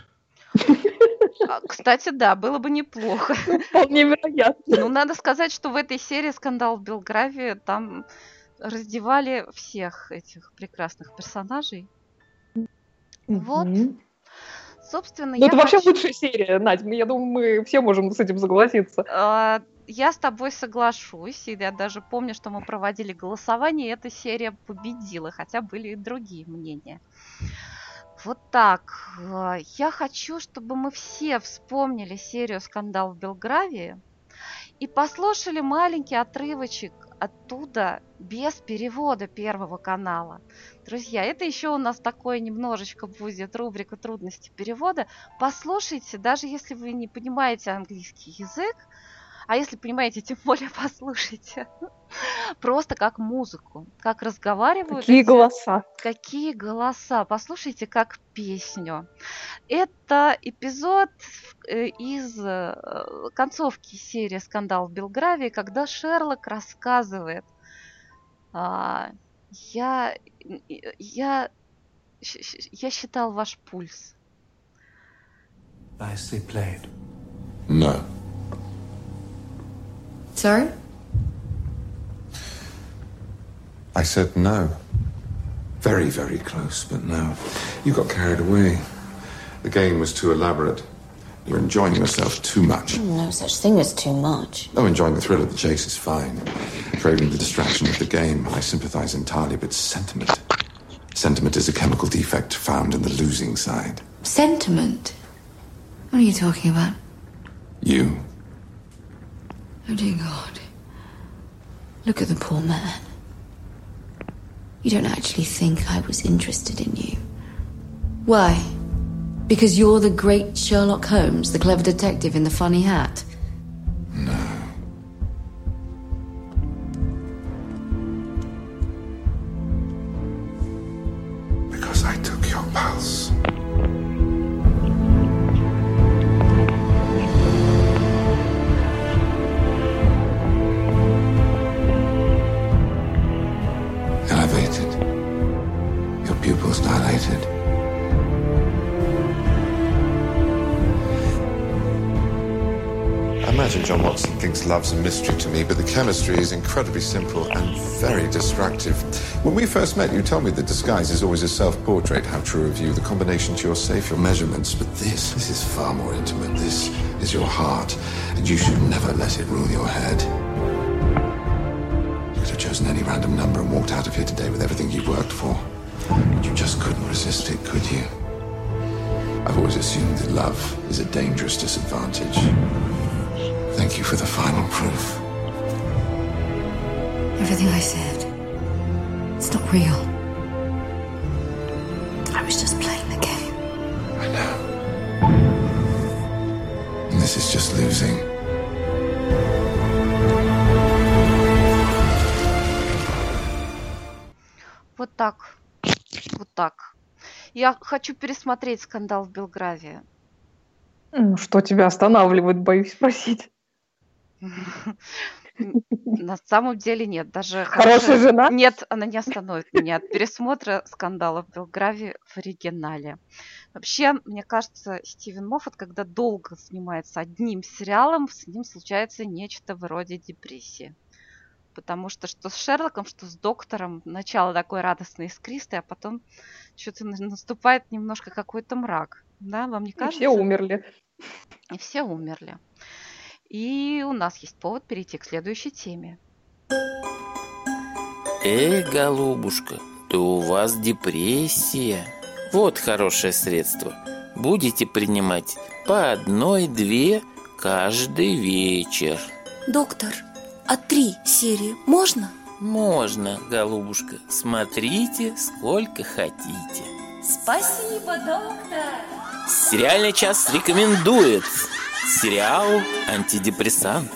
Кстати, да, было бы неплохо. Вполне вероятно. Ну, надо сказать, что в этой серии «Скандал в Белгравии» там раздевали всех этих прекрасных персонажей. Mm-hmm. Вот. Собственно, ну, я это вообще хочу... лучшая серия, Надь. Я думаю, мы все можем с этим согласиться. А, я с тобой соглашусь. И я даже помню, что мы проводили голосование, и эта серия победила, хотя были и другие мнения. Вот так. Я хочу, чтобы мы все вспомнили серию «Скандал в Белгравии» и послушали маленький отрывочек оттуда без перевода Первого канала. Друзья, это еще у нас такое немножечко будет рубрика «Трудности перевода». Послушайте, даже если вы не понимаете английский язык, а если понимаете, тем более послушайте. Просто как музыку, как разговаривают. Какие эти... голоса. Какие голоса. Послушайте, как песню. Это эпизод из концовки серии «Скандал в Белгравии», когда Шерлок рассказывает: я, я, я считал ваш пульс. Nicely played. No. Sorry? I said no. Very, very close, but no. You got carried away. The game was too elaborate. You're enjoying yourself too much. No such thing as too much. Oh, enjoying the thrill of the chase is fine. Craving the distraction of the game, I sympathize entirely, but sentiment... Sentiment is a chemical defect found in the losing side. Sentiment? What are you talking about? You. Oh, dear God. Look at the poor man. You don't actually think I was interested in you. Why? Because you're the great Sherlock Holmes, the clever detective in the funny hat? No. Because I took your pulse. Elevated. Your pupils dilated. I imagine John Watson thinks love's a mystery to me, but the chemistry is incredibly simple and very destructive. When we first met, you told me that disguise is always a self-portrait. How true of you. The combination to your safe, your measurements. But this, this is far more intimate. This is your heart, and you should never let it rule your head. You could have chosen any random number and walked out of here today with everything you've worked for. But you just couldn't resist it, could you? I've always assumed that love is a dangerous disadvantage. Thank you for the final proof. Everything I said, it's not real. I was just playing the game. I know. And this is just losing. Вот так. Вот так. Я хочу пересмотреть «Скандал в Белгравии». М, Что тебя останавливает, боюсь спросить. На самом деле нет. Даже Хорошая хорошая... жена? Нет, она не остановит меня от пересмотра «Скандала в Белгравии» в оригинале. Вообще, мне кажется, Стивен Моффат, когда долго занимается одним сериалом, с ним случается нечто вроде депрессии. Потому что что с Шерлоком, что с Доктором начало такое радостное, искристое, а потом что-то на- наступает немножко какой-то мрак. Да, вам не И кажется? все умерли. И все умерли. И у нас есть повод перейти к следующей теме. Эй, голубушка, то у вас депрессия. Вот хорошее средство. Будете принимать по одной-две каждый вечер. Доктор, а три серии можно? Можно, голубушка. Смотрите, сколько хотите. Спасибо, доктор. Сериальный час рекомендует сериал «Антидепрессант».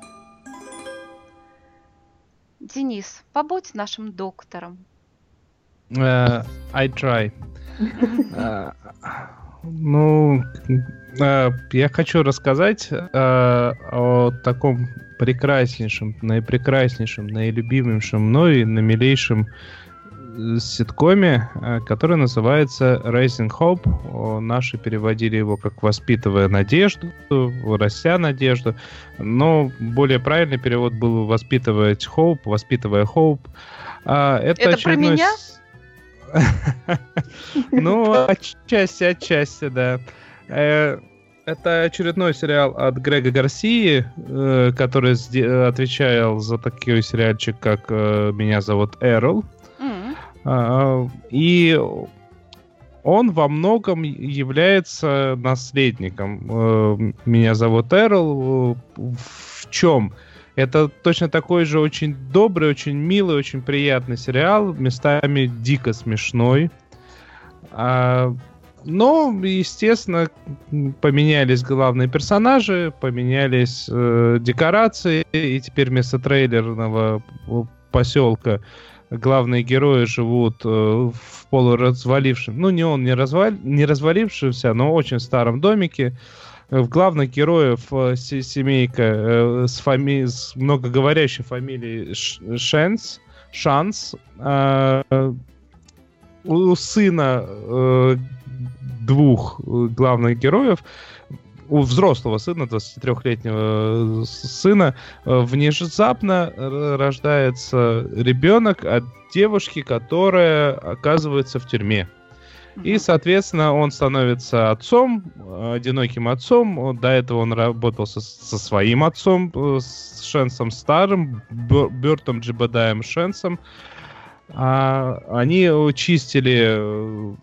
Денис, побудь нашим доктором. Э, I try. Э, Ну, э, я хочу рассказать э, о таком прекраснейшем, наипрекраснейшем, наилюбимейшем мной, наимилейшем э, ситкоме, э, который называется Raising Hope. О, Наши переводили его как «Воспитывая надежду», «Растя надежду», но более правильный перевод был «Воспитывать Hope», «Воспитывая Hope». А, Это про очередной меня? с- Ну, отчасти, отчасти, да. Э, Это очередной сериал от Грега Гарсии, э, который сде- отвечал за такой сериальчик, как э, «Меня зовут Эрл». М. А, И он во многом является наследником э, «Меня зовут Эрл». Э, В чем? Это точно такой же очень добрый, очень милый, очень приятный сериал, местами дико смешной. А, Но, естественно, поменялись главные персонажи, поменялись э, декорации, и теперь вместо трейлерного поселка главные герои живут э, в полуразвалившем, ну не он не, разваль, не развалившемся, но очень старом домике. В главных героев э, се- семейка э, с, фами... с многоговорящей фамилией Ш- Шенс, Шанс. Э, у сына э, двух э, главных героев у взрослого сына, двадцатитрёхлетнего сына, внезапно рождается ребенок от девушки, которая оказывается в тюрьме. И, соответственно, он становится отцом, одиноким отцом. До этого он работал со, со своим отцом, с Шенсом Старым, Бёртом Джебедаем Шенсом. А, они чистили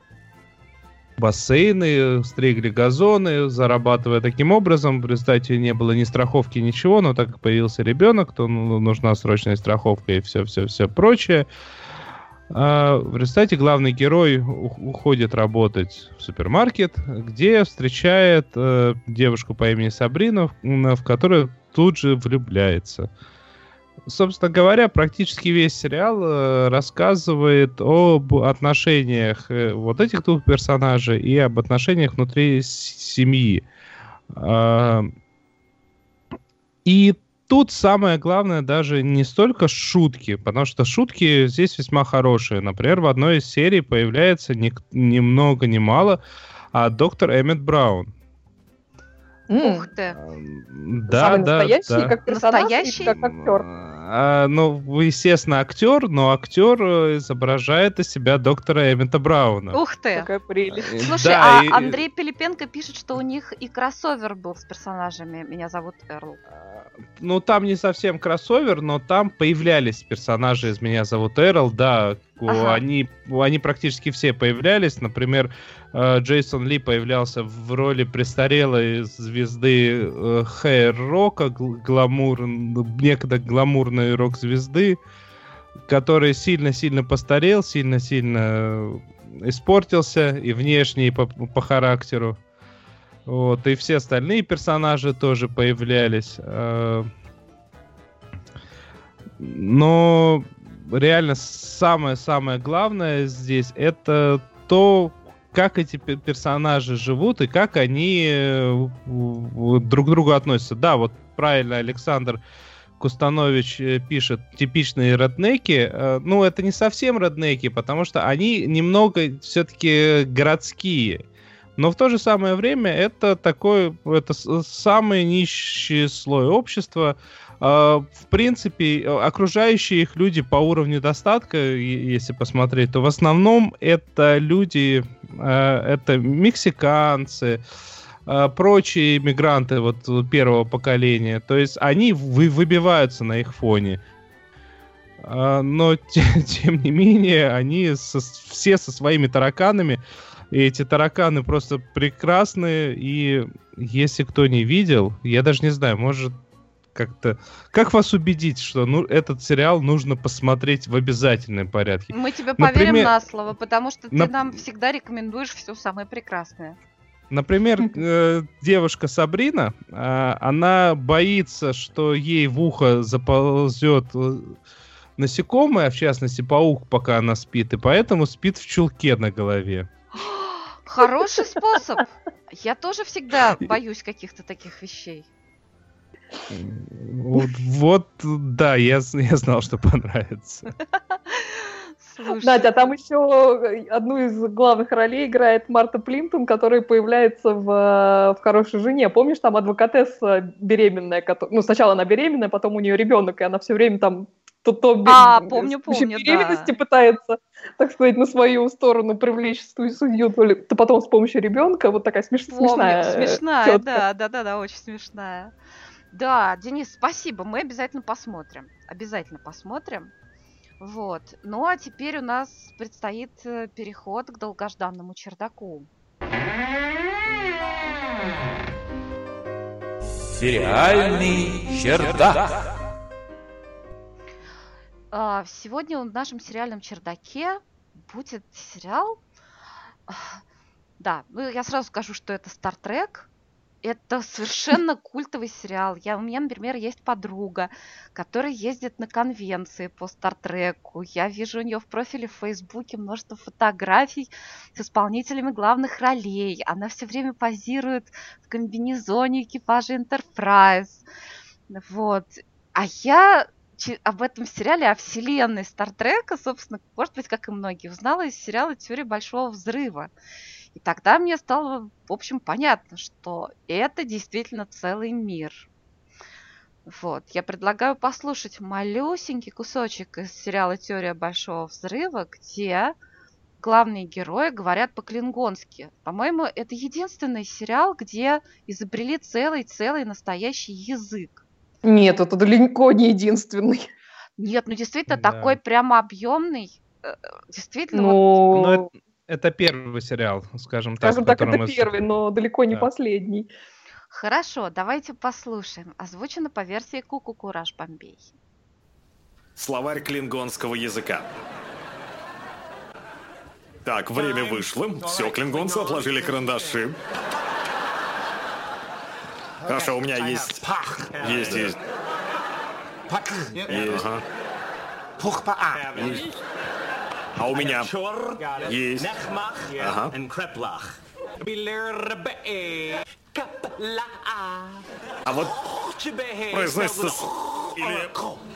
бассейны, стригли газоны, зарабатывая таким образом. В результате не было ни страховки, ничего, но так как появился ребенок, то нужна срочная страховка и все-все-все прочее. А в результате главный герой уходит работать в супермаркет, где встречает э, девушку по имени Сабрина, в, в которую тут же влюбляется. Собственно говоря, практически весь сериал э, рассказывает об отношениях э, вот этих двух персонажей и об отношениях внутри с- семьи. Э, и тут самое главное даже не столько шутки, потому что шутки здесь весьма хорошие. Например, в одной из серий появляется ни, ни много ни мало а доктор Эммет Браун. М. Ух ты. Да, Самый да, настоящий, да. как персонаж Настоящий? или как актер? А, ну, естественно, актер, но актер изображает из себя доктора Эммета Брауна. Ух ты. Какая прелесть. Э, Слушай, да, а и- Андрей Пилипенко пишет, что у них и кроссовер был с персонажами «Меня зовут Эрл». Ну, там не совсем кроссовер, но там появлялись персонажи из «Меня зовут Эрл», да, Ага. они, они практически все появлялись. Например, э, Джейсон Ли появлялся в роли престарелой звезды э, хэйр-рока, гл- гламур, некогда гламурной рок-звезды, который сильно-сильно постарел, сильно-сильно испортился и внешне, и по, по характеру. Вот, и все остальные персонажи тоже появлялись. э, Но реально самое-самое главное здесь это то, как эти пе- персонажи живут и как они э, в- в- друг к другу относятся. Да, вот правильно Александр Кустанович э, пишет, типичные реднеки. Э, Ну, это не совсем реднеки, потому что они немного все-таки городские. Но в то же самое время это такой, это с- самый нищий слой общества. А, В принципе, э, окружающие их люди по уровню достатка, е- если посмотреть, то в основном это люди, э, это мексиканцы, э, прочие иммигранты вот первого поколения. То есть они вы- выбиваются на их фоне. А, Но те- тем не менее они со- все со своими тараканами. И эти тараканы просто прекрасные. И если кто не видел, я даже не знаю, может как-то... Как вас убедить, что ну, этот сериал нужно посмотреть в обязательном порядке? Мы тебе поверим Например- на слово, потому что ты Нап- нам всегда рекомендуешь все самое прекрасное. Например, э, девушка Сабрина, а, она боится, что ей в ухо заползет э, насекомое, в частности паук, пока она спит, и поэтому спит в чулке на голове. Хороший способ. Я тоже всегда боюсь каких-то таких вещей. Вот, вот, да, я, з- я знал, что понравится. Слушай, Надя, а там еще одну из главных ролей играет Марта Плинтон, которая появляется в, э, в «Хорошей жене». Помнишь, там адвокатесса беременная, кото- ну, сначала она беременная, потом у нее ребенок, и она все время там то, то бе- А, с помню, помощью помню, беременности да. пытается, так сказать, на свою сторону привлечь су- судью, то, ли, то потом с помощью ребенка. Вот такая смеш- Помню, смешная. э, смешная, тётка. да, да, да, да, очень смешная. Да, Денис, спасибо, мы обязательно посмотрим. Обязательно посмотрим. Вот. Ну а теперь у нас предстоит э, переход к долгожданному чердаку. Сериальный чердак. А, Сегодня в нашем сериальном чердаке будет сериал. а, Да, ну я сразу скажу, что это Star Trek. Это совершенно культовый сериал. Я, у меня, например, есть подруга, которая ездит на конвенции по Стартреку. Я вижу у нее в профиле в Фейсбуке множество фотографий с исполнителями главных ролей. Она все время позирует в комбинезоне экипажа Enterprise. Вот. А я че- об этом сериале, о вселенной Стартрека, собственно, может быть, как и многие, узнала из сериала «Теория Большого Взрыва». И тогда мне стало, в общем, понятно, что это действительно целый мир. Вот. Я предлагаю послушать малюсенький кусочек из сериала «Теория Большого Взрыва», где главные герои говорят по-клингонски. По-моему, это единственный сериал, где изобрели целый-целый настоящий язык. Нет, это далеко не единственный. Нет, ну действительно, Да. такой прямо объемный. э, Действительно, вот Ну, Ну, это, это первый сериал, скажем так. скажем в так, котором это мы с- первый, но далеко не Да. последний. хорошо, давайте послушаем. Озвучено по версии Куку Кураж Бомбей. Словарь клингонского языка. Так, время вышло. Все, клингонцы отложили карандаши. Хорошо, у меня есть... Есть, есть. Есть. Ага. Есть. А у меня... Есть. Ага. А вот произносится... с- Или...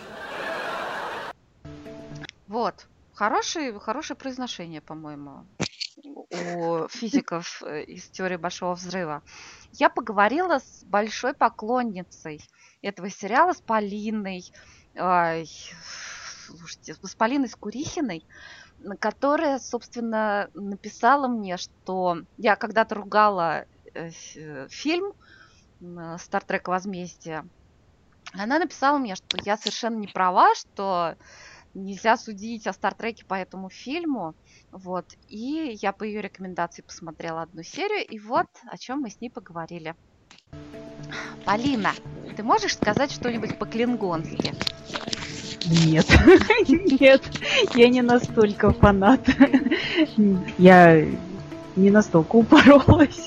Вот. Хорошее, хорошее произношение, по-моему, у физиков э, из теории Большого Взрыва. Я поговорила с большой поклонницей этого сериала, с Полиной, ай, слушайте, с Полиной Скурихиной, которая, собственно, написала мне, что я когда-то ругала э, ф- фильм м, «Стартрек. Возмездие». Она написала мне, что я совершенно не права, что нельзя судить о Стартреке по этому фильму. Вот. И я по ее рекомендации посмотрела одну серию, и вот о чем мы с ней поговорили. Полина, ты можешь сказать что-нибудь по-клингонски? Нет, нет, я не настолько фанат. Я не настолько упоролась.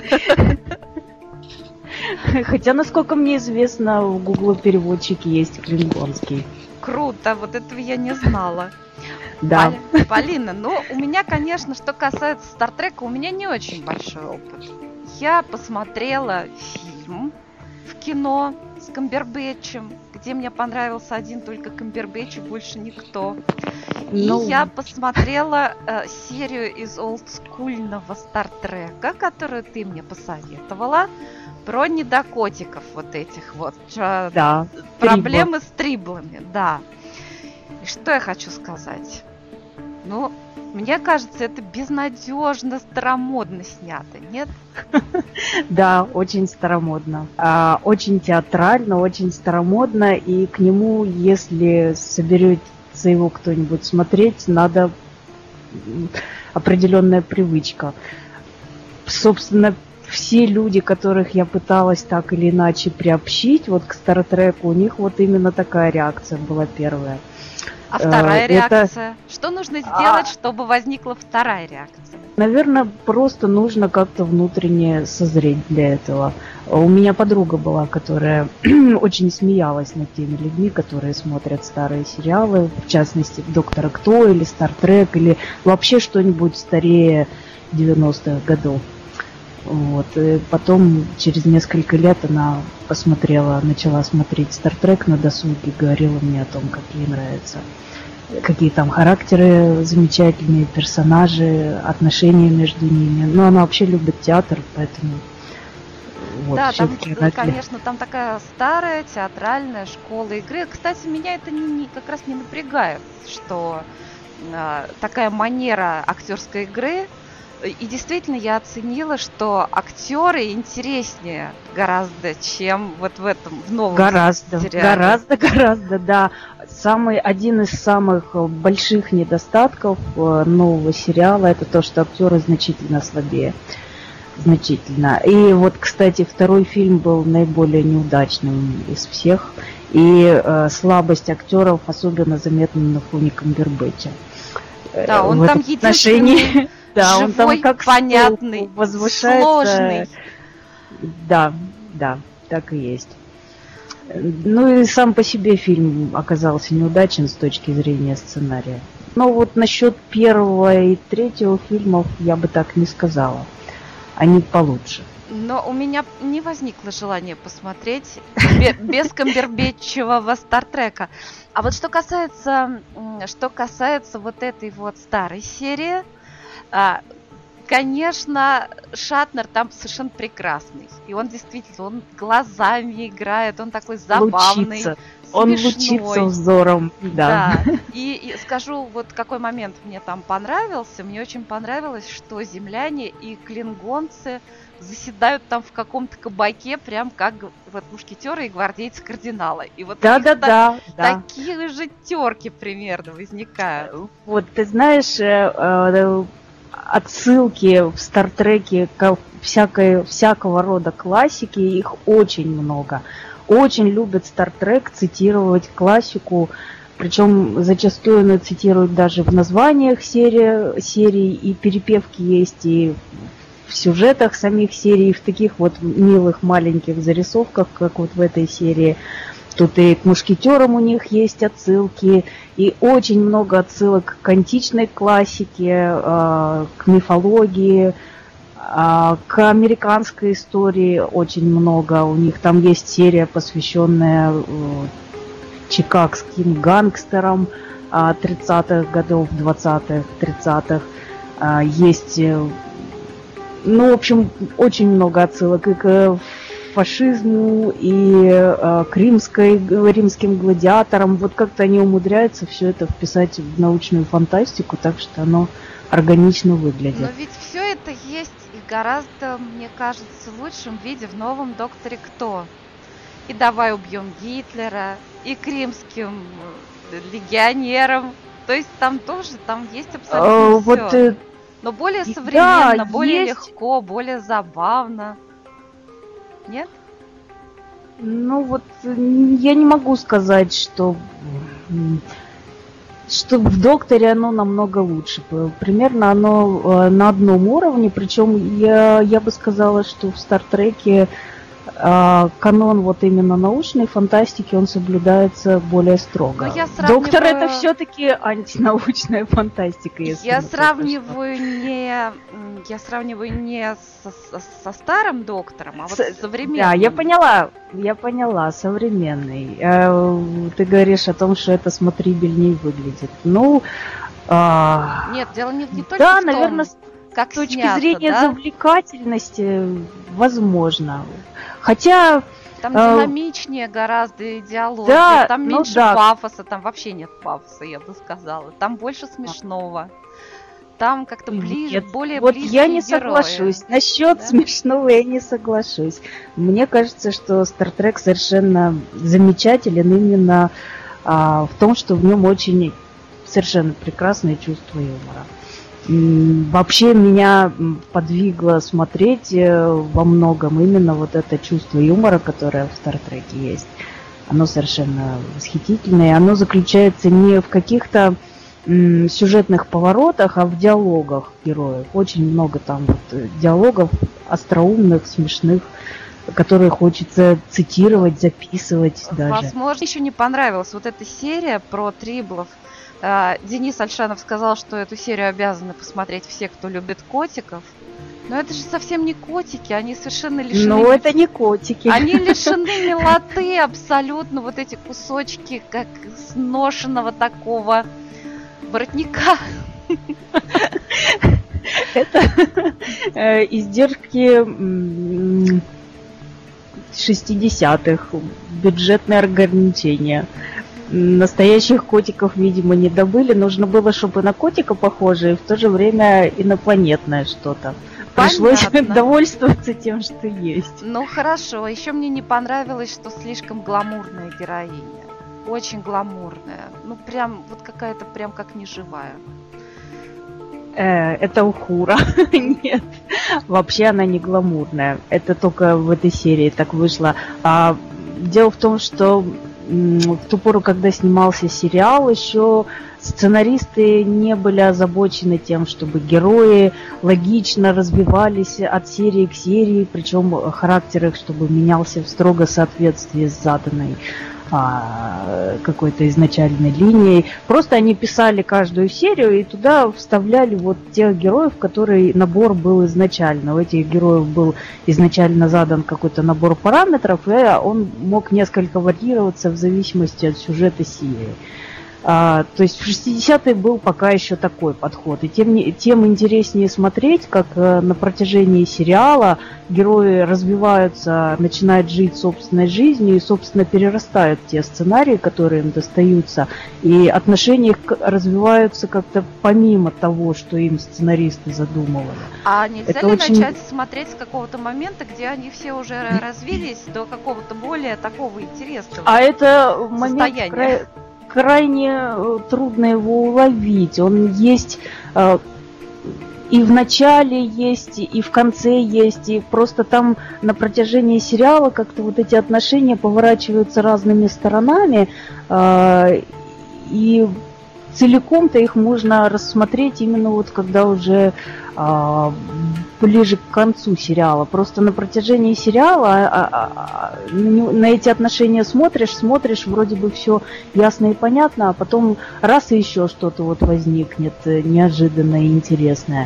Хотя, насколько мне известно, в Google переводчике есть клингонский. Круто, вот этого я не знала. Да. Поли- Полина, ну, у меня, конечно, что касается Стартрека, у меня не очень большой опыт. Я посмотрела фильм в кино с Камбербэтчем, где мне понравился один только Камбербэтч и больше никто. И Ну. я посмотрела э, серию из олдскульного Стартрека, которую ты мне посоветовала, про недокотиков вот этих вот. чё- Да. Проблемы с триблами, да. И что я хочу сказать? Ну, мне кажется, это безнадежно старомодно снято, нет? Да, очень старомодно. А, очень театрально, очень старомодно. И к нему, если соберется его кто-нибудь смотреть, надо м, определенная привычка. Собственно, все люди, которых я пыталась так или иначе приобщить вот к Стартреку, у них вот именно такая реакция была первая. А вторая Э, это- реакция? Что нужно сделать, чтобы возникла вторая реакция? Наверное, просто нужно как-то внутренне созреть для этого. У меня подруга была, которая очень смеялась над теми людьми, которые смотрят старые сериалы, в частности, «Доктора Кто» или «Стартрек», или вообще что-нибудь старее девяностых годов. Вот. И потом, через несколько лет, она посмотрела, начала смотреть «Стартрек» на досуге и говорила мне о том, как ей нравится. Какие там характеры замечательные, персонажи, отношения между ними. Но она вообще любит театр, поэтому вот, да, там, всё-таки э, вряд ли. конечно, там такая старая театральная школа игры. Кстати, меня это не, не- как раз не напрягает, что э, такая манера актерской игры. И действительно, я оценила, что актеры интереснее гораздо, чем вот в этом, в новом Гораздо, сериале. гораздо, гораздо, да. Самый, один из самых э, больших недостатков э, нового сериала — это то, что актеры значительно слабее. Значительно. И вот, кстати, второй фильм был наиболее неудачным из всех. И э, слабость актеров особенно заметна на фоне Камбербэтча. Э, Да, он в там этом отношении, да, он там живой, как понятный, столб возвышается. сложный. Да, да, так и есть. Ну и сам по себе фильм оказался неудачен с точки зрения сценария. Но вот насчет первого и третьего фильмов я бы так не сказала. Они получше. Но у меня не возникло желания посмотреть бе- без камбербэтчевого Стартрека. А вот что касается, м, что касается вот этой вот старой серии, а, конечно, Шатнер там совершенно прекрасный. И он действительно, он глазами играет, он такой забавный, лучится. Он лучится взором, да. да. И, и скажу, вот какой момент мне там понравился. Мне очень понравилось, что земляне и клингонцы заседают там в каком-то кабаке, прям как вот мушкетеры и гвардейцы кардинала. И вот да, да, да, да. такие же терки примерно возникают. Вот, ты знаешь, отсылки в Стартреке к всякой, всякого рода классики, их очень много. Очень любят Стартрек цитировать классику, причем зачастую она цитирует даже в названиях серии, серий, и перепевки есть, и в сюжетах самих серий, и в таких вот милых маленьких зарисовках, как вот в этой серии. Тут и к мушкетерам у них есть отсылки, и очень много отсылок к античной классике, к мифологии, к американской истории очень много. У них там есть серия, посвященная чикагским гангстерам тридцатых годов, двадцатых, тридцатых. Есть, ну, в общем, очень много отсылок и к фашизму, и к римской, римским гладиаторам. Вот как-то они умудряются все это вписать в научную фантастику, так что оно органично выглядит. Но ведь все это есть и гораздо, мне кажется, в лучшем виде в новом «Докторе Кто». И «Давай убьем Гитлера», и к римским легионерам. То есть там тоже, там есть абсолютно вот, все. Но более современно, да, более есть... легко, более забавно. Нет? Ну вот я не могу сказать, что что в «Докторе» оно намного лучше. Примерно оно на одном уровне, причем я, я бы сказала, что в «Стартреке» канон вот именно научной фантастики, он соблюдается более строго. Сравниваю... «Доктор» это все-таки антинаучная фантастика. Если я сравниваю не, я сравниваю не со, со старым «Доктором», а вот с современным. Да, я поняла, я поняла, современный. Ты говоришь о том, что это смотрибельнее выглядит. Ну, нет, дело не, не только да, в том, наверное, как с точки снято, зрения да? завлекательности, возможно. Хотя... Там динамичнее э... гораздо идеология, да, там ну меньше да. пафоса, там вообще нет пафоса, я бы сказала. Там больше смешного. Там как-то ближе, Нет, более вот близкие я не герои. соглашусь. Насчет да? смешного я не соглашусь. Мне кажется, что Стартрек совершенно замечателен именно а, в том, что в нем очень совершенно прекрасное чувство юмора. Вообще меня подвигло смотреть во многом именно вот это чувство юмора, которое в Стартреке есть. Оно совершенно восхитительное. Оно заключается не в каких-то м, сюжетных поворотах, а в диалогах героев. Очень много там вот диалогов остроумных, смешных, которые хочется цитировать, записывать даже. Возможно, еще не понравилась вот эта серия про Триблов. Денис Альшанов сказал, что эту серию обязаны посмотреть все, кто любит котиков. Но это же совсем не котики, они совершенно лишены... Ну, это не котики. Они лишены милоты абсолютно, вот эти кусочки, как сношенного такого воротника. Это издержки шестидесятых, бюджетные ограничения. Настоящих котиков, видимо, не добыли. Нужно было, чтобы на котика похоже, и в то же время инопланетное что-то. Пришлось довольствоваться тем, что есть. Ну хорошо, еще мне не понравилось, что слишком гламурная героиня. Очень гламурная. Ну прям, вот какая-то прям как неживая. Э, это Ухура. Нет, вообще она не гламурная. Это только в этой серии так вышло. А, дело в том, что в ту пору, когда снимался сериал, еще сценаристы не были озабочены тем, чтобы герои логично развивались от серии к серии, причем характер их, чтобы менялся в строго соответствии с заданной а, какой-то изначальной линией. Просто они писали каждую серию и туда вставляли вот тех героев, которые набор был изначально. У этих героев был изначально задан какой-то набор параметров, и он мог несколько варьироваться в зависимости от сюжета серии. А, то есть в шестидесятые был пока еще такой подход. И тем, не, тем интереснее смотреть, как э, на протяжении сериала герои развиваются, начинают жить собственной жизнью и, собственно, перерастают те сценарии, которые им достаются. И отношения их развиваются как-то помимо того, что им сценаристы задумывали. А нельзя Это ли очень... начать смотреть с какого-то момента, где они все уже развились до какого-то более такого интересного а это момент состояния? Край... крайне э, трудно его уловить. Он есть э, и в начале есть, и в конце есть, и просто там на протяжении сериала как-то вот эти отношения поворачиваются разными сторонами, э, и целиком-то их можно рассмотреть именно вот когда уже э, ближе к концу сериала. Просто на протяжении сериала а, а, а, на эти отношения смотришь, смотришь, вроде бы все ясно и понятно, а потом раз и еще что-то вот возникнет неожиданное и интересное.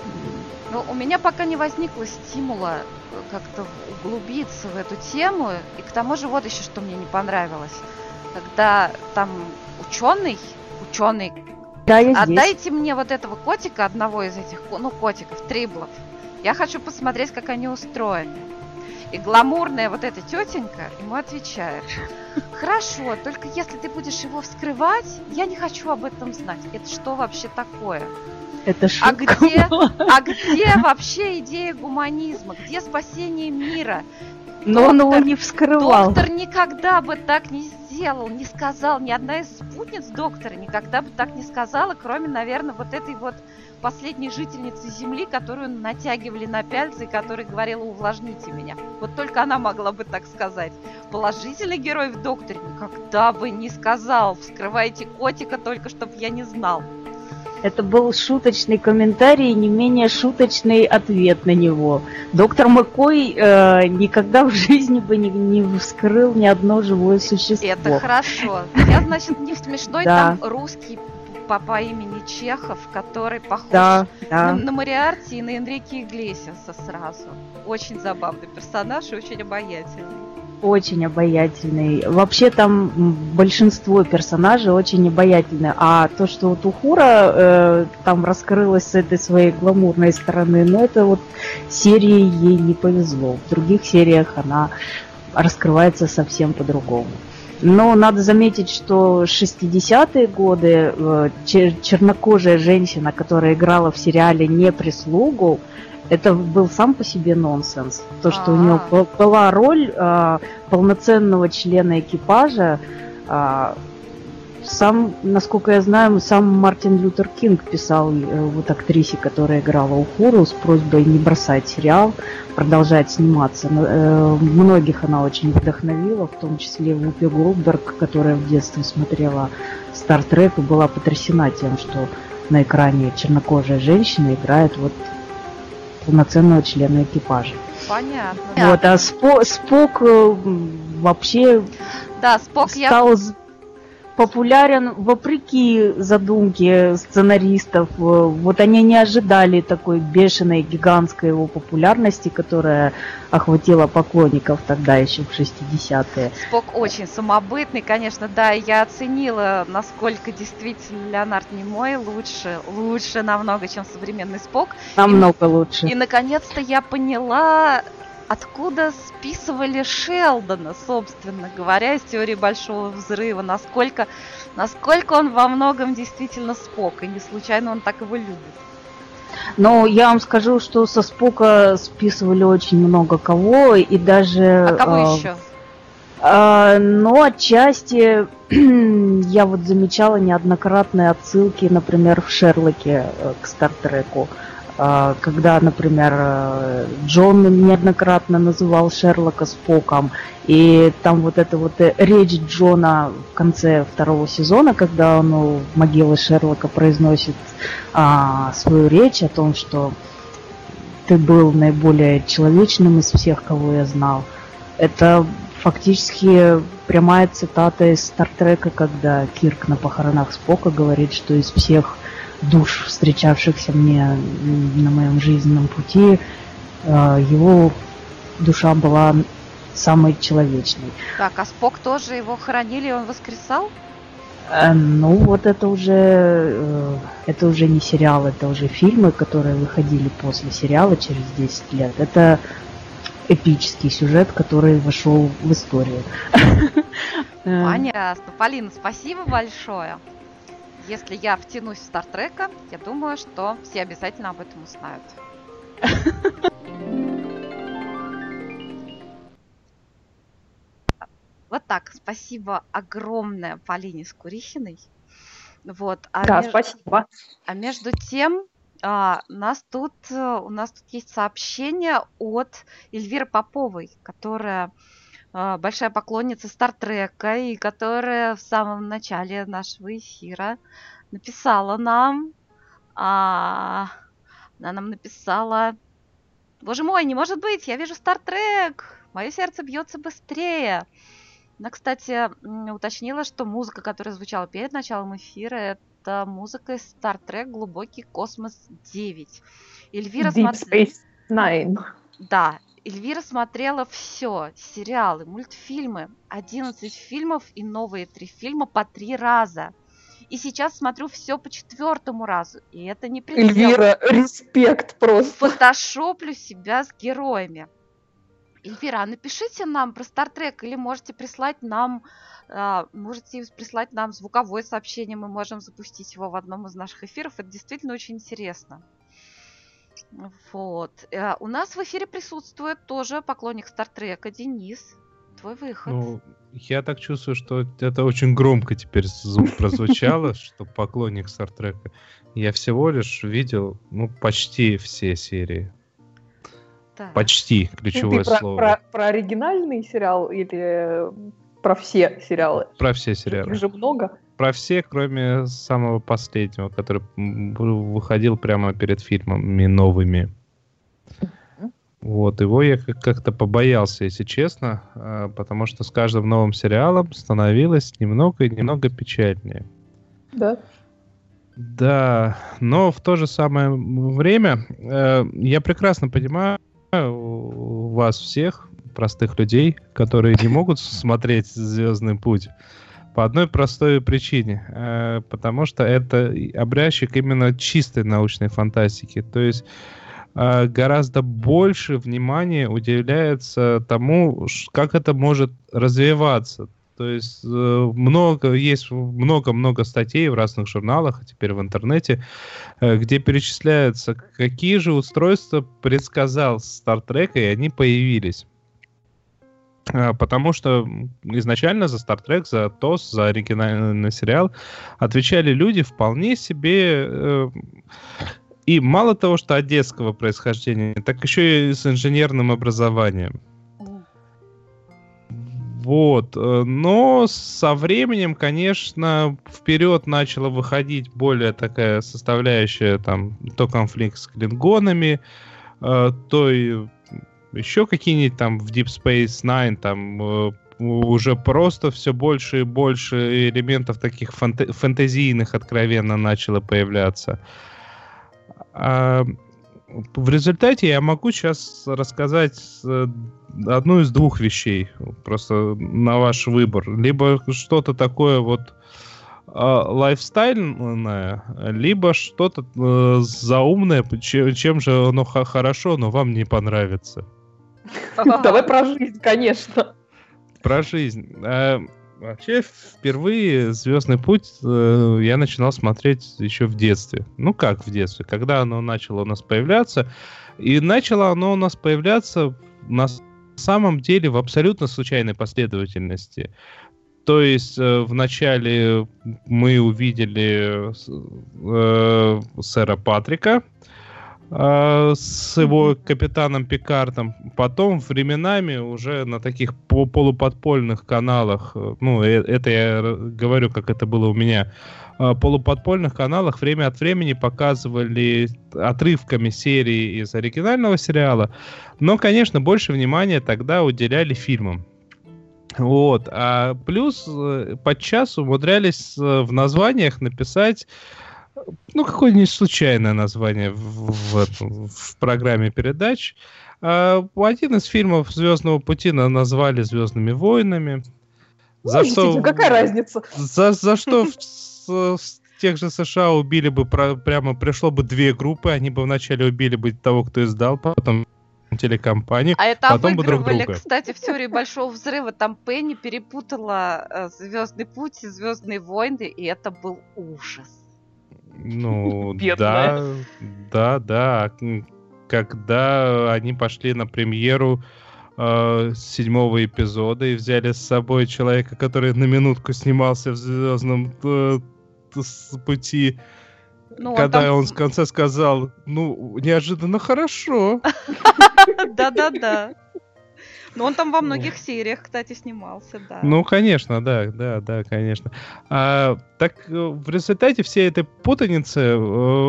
Ну, у меня пока не возникло стимула как-то углубиться в эту тему. И к тому же вот еще что мне не понравилось. Когда там ученый, ученый, да, я отдайте здесь. мне вот этого котика, одного из этих, ну, котиков, триблов. Я хочу посмотреть, как они устроены. И гламурная вот эта тетенька ему отвечает: хорошо, только если ты будешь его вскрывать, я не хочу об этом знать. Это что вообще такое? Это а шутка где, была. а где вообще идея гуманизма? Где спасение мира? Но доктор, он его не вскрывал. Доктор никогда бы так не сделал, не сказал. Ни одна из спутниц доктора никогда бы так не сказала, кроме, наверное, вот этой вот последней жительницы Земли, которую натягивали на пяльцы и которая говорила: увлажните меня. Вот только она могла бы так сказать. Положительный герой в докторе никогда бы не сказал: вскрывайте котика, только чтобы я не знал. Это был шуточный комментарий, не менее шуточный ответ на него. Доктор Маккой э, никогда в жизни бы не, не вскрыл ни одно живое существо. Это хорошо. Я, значит, не смешной, да. Там русский по, по имени Чехов, который похож да, да. На, на Мориарти и на Энрике Иглесиаса сразу. Очень забавный персонаж и очень обаятельный. Очень обаятельный. Вообще там большинство персонажей очень обаятельны. А то, что вот Ухура э, там раскрылась с этой своей гламурной стороны, ну это вот серии ей не повезло. В других сериях она раскрывается совсем по-другому. Но надо заметить, что шестидесятые годы э, чер- чернокожая женщина, которая играла в сериале не прислугу, это был сам по себе нонсенс. То, что А-а-а. у него была роль а, полноценного члена экипажа, а, сам, насколько я знаю, сам Мартин Лютер Кинг писал вот актрисе, которая играла Ухуру, с просьбой не бросать сериал, продолжать сниматься. Э, многих она очень вдохновила, в том числе Вупи Голдберг, которая в детстве смотрела Star Trek и была потрясена тем, что на экране чернокожая женщина играет вот полноценного члена экипажа. Понятно. Вот, а Спок, Спок вообще да, Спок стал я... популярен вопреки задумке сценаристов. Вот они не ожидали такой бешеной, гигантской его популярности, которая охватила поклонников тогда еще в шестидесятые. Спок очень самобытный, конечно, да, я оценила, насколько действительно Леонард Немой лучше, лучше намного, чем современный Спок. Намного и, лучше. И наконец-то я поняла, откуда списывали Шелдона, собственно говоря, из теории Большого Взрыва, насколько, насколько он во многом действительно Спок, и не случайно он так его любит. Но я вам скажу, что со Спока списывали очень много кого, и даже... А кого э, еще? Э, но отчасти я вот замечала неоднократные отсылки, например, в Шерлоке э, к Стартреку. Когда, например, Джон неоднократно называл Шерлока Споком, и там вот эта вот речь Джона в конце второго сезона, когда он у могилы Шерлока произносит а, свою речь о том, что ты был наиболее человечным из всех, кого я знал. Это фактически прямая цитата из Стартрека, когда Кирк на похоронах Спока говорит, что из всех душ, встречавшихся мне на моем жизненном пути, его душа была самой человечной. Так, а Спок тоже его хоронили, он воскресал? Э, Ну, вот это уже, э, это уже не сериал, это уже фильмы, которые выходили после сериала через десять лет. Это эпический сюжет, который вошел в историю. Э, Аня, Полина, спасибо большое. Если я втянусь в Стартрека, я думаю, что все обязательно об этом узнают. Вот так, спасибо огромное Полине Скурихиной. Вот, а, Да, меж- спасибо. а между тем, а, нас тут, э, у нас тут есть сообщение от Эльвиры Поповой, которая а, большая поклонница Стартрека и которая в самом начале нашего эфира написала нам, а, она нам написала: «Боже мой, не может быть, я вижу Стартрек, мое сердце бьется быстрее». Она, кстати, м, уточнила, что музыка, которая звучала перед началом эфира, это музыка из Star Trek Глубокий космос девять. Эльвира Deep смотр- Space Nine. Да, Эльвира смотрела все: сериалы, мультфильмы, одиннадцать фильмов и новые три фильма по три раза. И сейчас смотрю все по четвертому разу. И это не предел. Эльвира, респект просто. Фотошоплю себя с героями. Эльвира, а напишите нам про Стартрек или можете прислать нам, а, можете прислать нам звуковое сообщение, мы можем запустить его в одном из наших эфиров. Это действительно очень интересно. Вот. Э, У нас в эфире присутствует тоже поклонник Стартрека Денис. Твой выход. Ну, я так чувствую, что это очень громко теперь звук прозвучало, что поклонник Стартрека. Я всего лишь видел, ну, почти все серии. Так. Почти, Ты ключевое про, слово. про- про оригинальный сериал или про все сериалы? Про все сериалы. Их же много. Про все, кроме самого последнего, который м, выходил прямо перед фильмами новыми. Вот, его я как- как-то побоялся, если честно, а, потому что с каждым новым сериалом становилось немного и немного печальнее. Да. Да, но в то же самое время э, я прекрасно понимаю вас всех, простых людей, которые не могут смотреть «Звездный путь» по одной простой причине, э, потому что это образчик именно чистой научной фантастики, то есть э, гораздо больше внимания уделяется тому, ш- как это может развиваться. То есть э, много, есть много-много статей в разных журналах, а теперь в интернете, э, где перечисляются, какие же устройства предсказал Star Trek, и они появились. А, Потому что изначально за Star Trek, за ТОС, за оригинальный сериал отвечали люди вполне себе... э, И мало того, что одесского происхождения, так еще и с инженерным образованием. Вот. э, Но со временем, конечно, вперед начала выходить более такая составляющая, там, то конфликт с клингонами, э, то и еще какие-нибудь там в Deep Space Nine, там э, уже просто все больше и больше элементов таких фанта- фэнтезийных откровенно начало появляться. А в результате я могу сейчас рассказать э, одну из двух вещей, просто на ваш выбор. Либо что-то такое вот э, лайфстайльное, либо что-то э, заумное, чем, чем же оно х- хорошо, но вам не понравится. Давай про жизнь, конечно. Про жизнь. Э, Вообще, впервые «Звездный путь» э, я начинал смотреть еще в детстве. Ну как в детстве? Когда оно начало у нас появляться. И начало оно у нас появляться на самом деле в абсолютно случайной последовательности. То есть э, вначале мы увидели э, сэра Патрика э, с его капитаном Пикардом. Потом временами уже на таких по- полуподпольных каналах, э, ну, э- это я р- говорю, как это было у меня, э, полуподпольных каналах время от времени показывали отрывками серии из оригинального сериала. Но, конечно, больше внимания тогда уделяли фильмам. Вот. А плюс э, подчас умудрялись э, в названиях написать ну, какое-нибудь случайное название в, в, этом- в программе передач. А один из фильмов «Звездного пути» на- назвали «Звездными войнами». За ну, что, какая разница? За, за что в, с, с тех же США убили бы, про, прямо пришло бы две группы, они бы вначале убили бы того, кто издал, потом телекомпанию, а это потом бы друг друга. Кстати, в теории Большого Взрыва там Пенни перепутала э, «Звездный путь» и «Звездные войны», и это был ужас. Ну, да, да, да. Когда они пошли на премьеру э, седьмого эпизода и взяли с собой человека, который на минутку снимался в «Звездном э, пути», ну, когда он, там... он в конце сказал, ну, неожиданно хорошо. Да-да-да. Но он там во многих сериях, кстати, снимался, да. Ну, конечно, да, да, да, конечно. А, так в результате всей этой путаницы э,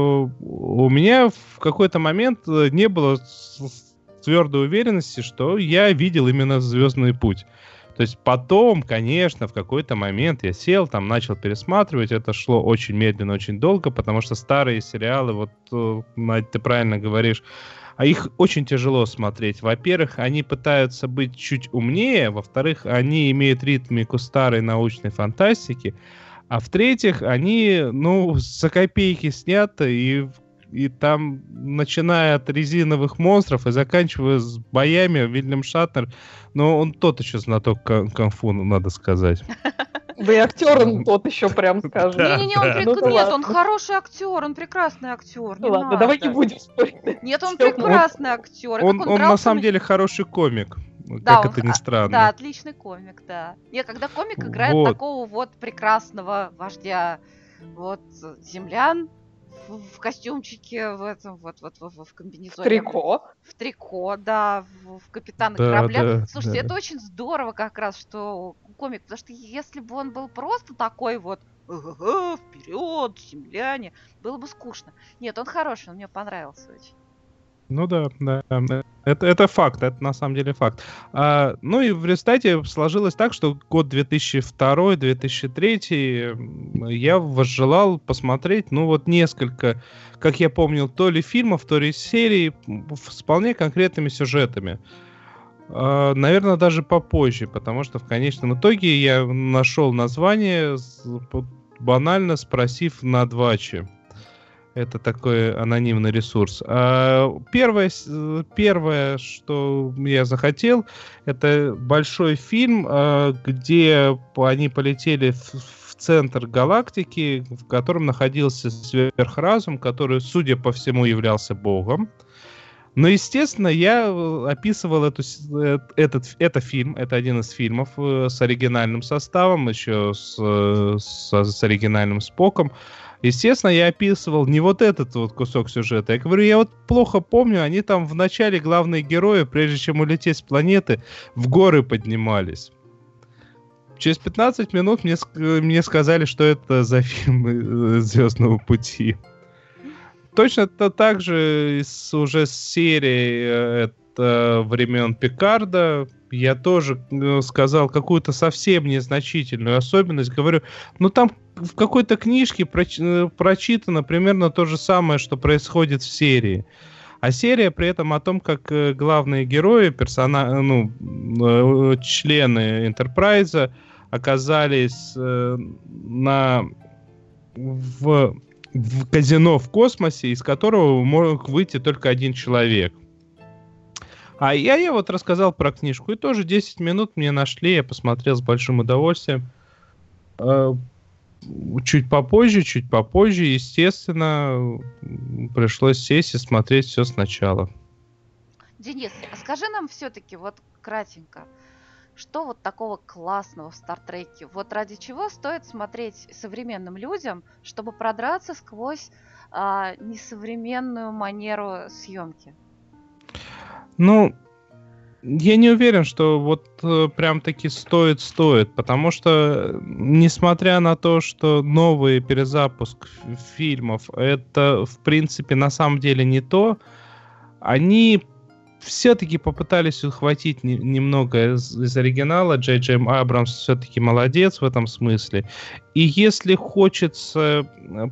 у меня в какой-то момент не было твердой уверенности, что я видел именно «Звездный путь». То есть потом, конечно, в какой-то момент я сел, там начал пересматривать, это шло очень медленно, очень долго, потому что старые сериалы, вот, Надь, ты правильно говоришь, а их очень тяжело смотреть. Во-первых, они пытаются быть чуть умнее, во-вторых, они имеют ритмику старой научной фантастики, а в-третьих, они, ну, за копейки сняты, и, и там, начиная от резиновых монстров и заканчивая с боями, Вильям Шатнер, ну, он тот еще знаток кунг-фу, надо сказать. Да и актер он тот еще, прям скажем. Не-не-не, он прек... ну, нет, он хороший актер, он прекрасный актер. Ну ладно, давай не будем спорить. Нет, он прекрасный актер. Он, он, он на самом деле хороший комик, да, как он, это ни странно. Да, отличный комик, да. Нет, когда комик играет вот такого вот прекрасного вождя, вот, землян, в костюмчике, в этом вот, вот, вот в комбинезоне. В трико. В трико, да, в, в капитана да, корабля. Да, Слушайте, да. это очень здорово как раз, что комик, потому что если бы он был просто такой вот вперед, земляне, было бы скучно. Нет, он хороший, он мне понравился очень. Ну да, да, это, это факт, это на самом деле факт. А, ну и в результате сложилось так, что год две тысячи второй - две тысячи третий я возжелал посмотреть, ну вот несколько, как я помнил, то ли фильмов, то ли серий с вполне конкретными сюжетами. А, наверное, даже попозже, потому что в конечном итоге я нашел название, банально спросив на Дваче. Это такой анонимный ресурс. Первое, первое, что я захотел, это большой фильм, где они полетели в центр галактики, в котором находился сверхразум, который, судя по всему, являлся богом. Но, естественно, я описывал эту, этот, это фильм, это один из фильмов с оригинальным составом, еще с, с, с оригинальным Споком. Естественно, я описывал не вот этот вот кусок сюжета. Я говорю, я вот плохо помню, они там в начале главные герои, прежде чем улететь с планеты, в горы поднимались. Через пятнадцать минут мне, мне сказали, что это за фильм «Звездного пути». Точно так же с, уже с серией это времен Пикарда я тоже сказал какую-то совсем незначительную особенность. Говорю, ну там в какой-то книжке прочитано примерно то же самое, что происходит в серии. А серия при этом о том, как главные герои, персона... ну, члены Энтерпрайза оказались на... в... в казино в космосе, из которого мог выйти только один человек. А я, я вот рассказал про книжку, и тоже десять минут мне нашли, я посмотрел с большим удовольствием. Чуть попозже, чуть попозже, естественно, пришлось сесть и смотреть все сначала. Денис, а скажи нам все-таки вот кратенько, что вот такого классного в Стартреке? Вот ради чего стоит смотреть современным людям, чтобы продраться сквозь а, несовременную манеру съемки? Ну, я не уверен, что вот э, прям-таки стоит-стоит, потому что, несмотря на то, что новый перезапуск фильмов, это, в принципе, на самом деле не то, они все-таки попытались ухватить не, немного из, из оригинала. Джей Джей Абрамс все-таки молодец в этом смысле. И если хочется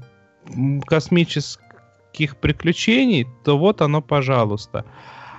космических приключений, то вот оно, пожалуйста.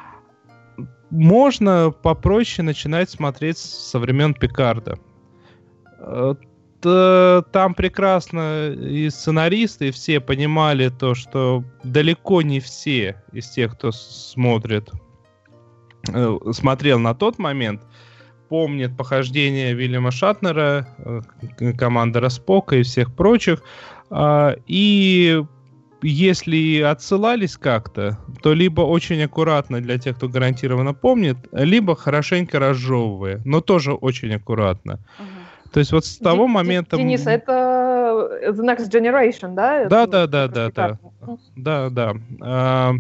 Можно попроще начинать смотреть со времен Пикарда. Там прекрасно и сценаристы, и все понимали то, что далеко не все из тех, кто смотрит, смотрел на тот момент, помнят похождения Вильяма Шатнера, командора Спока и всех прочих. И если отсылались как-то, то либо очень аккуратно для тех, кто гарантированно помнит, либо хорошенько разжевывая, но тоже очень аккуратно. Угу. То есть вот с того Д- момента... Денис, это The Next Generation, да? Да, да, да, да, да. Да, да. А,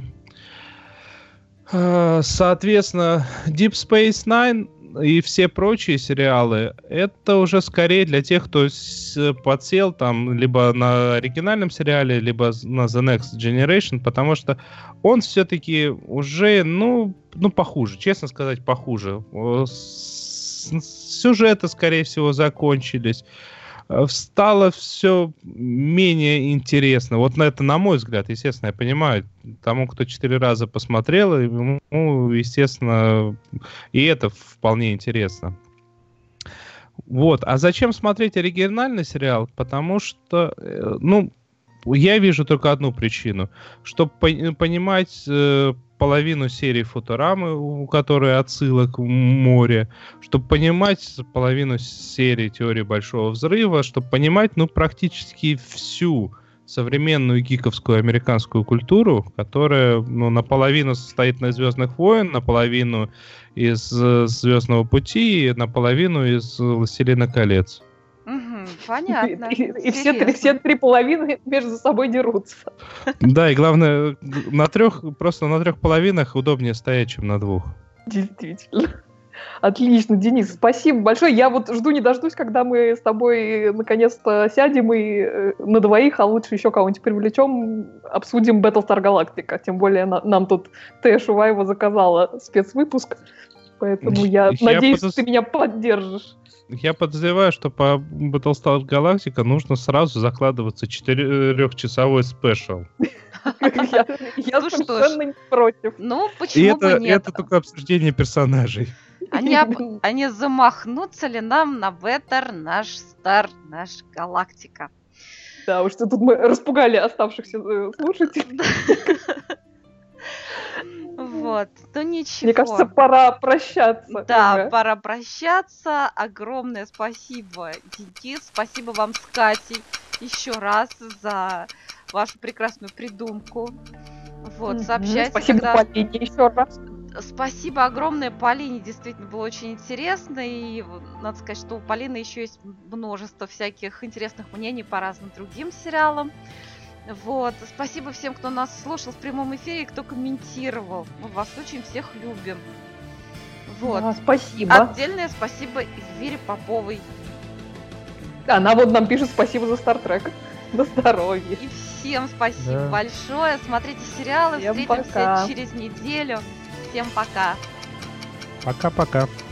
а, соответственно, Deep Space Nine и все прочие сериалы, это уже скорее для тех, кто подсел там либо на оригинальном сериале, либо на The Next Generation, потому что он все-таки уже, ну, ну, похуже, честно сказать, похуже. Сюжеты, скорее всего, закончились. Стало все менее интересно. Вот на это, на мой взгляд, естественно, я понимаю, тому, кто четыре раза посмотрел, ему, естественно, и это вполне интересно. Вот. А зачем смотреть оригинальный сериал? Потому что, ну, я вижу только одну причину. Чтобы понимать половину серии Футурамы, у которой отсылок в море, чтобы понимать половину серии Теории Большого Взрыва, чтобы понимать, ну, практически всю современную гиковскую американскую культуру, которая, ну, наполовину состоит из «Звездных войн», наполовину из «Звездного пути», наполовину из «Властелина колец». Угу, понятно. И, и, и все, три, все три половины между собой дерутся. Да, и главное, на трех, просто на трех половинах удобнее стоять, чем на двух. Действительно. Отлично, Денис, спасибо большое. Я вот жду не дождусь, когда мы с тобой наконец-то сядем и на двоих, а лучше еще кого-нибудь привлечем, обсудим Battlestar Galactica. Тем более на, нам тут Тея Шуваева заказала спецвыпуск, поэтому я, я надеюсь, подос... ты меня поддержишь. Я подозреваю, что по Battlestar Galactica нужно сразу закладываться четырехчасовой спешл. Я совершенно не против. Ну, почему бы нет? Это только обсуждение персонажей. Они замахнутся ли нам на Беттер, наш Стар, наш Галактика? Да, уж тут мы распугали оставшихся слушателей. Вот, ну ничего. Мне кажется, пора прощаться. Да, уже. пора прощаться. Огромное спасибо, Денис. Спасибо вам с Катей еще раз за вашу прекрасную придумку. Вот, mm-hmm. сообщайте. Спасибо, когда... Полине, еще раз. Спасибо огромное Полине, действительно было очень интересно. И надо сказать, что у Полины еще есть множество всяких интересных мнений по разным другим сериалам. Вот. Спасибо всем, кто нас слушал в прямом эфире и кто комментировал. Мы вас очень всех любим. Вот. Да, спасибо. Отдельное спасибо Эльвире Поповой. Она вот нам пишет спасибо за Стартрек. На здоровье. И всем спасибо да. большое. Смотрите сериалы. Всем Встретимся пока. через неделю. Всем пока. Пока-пока.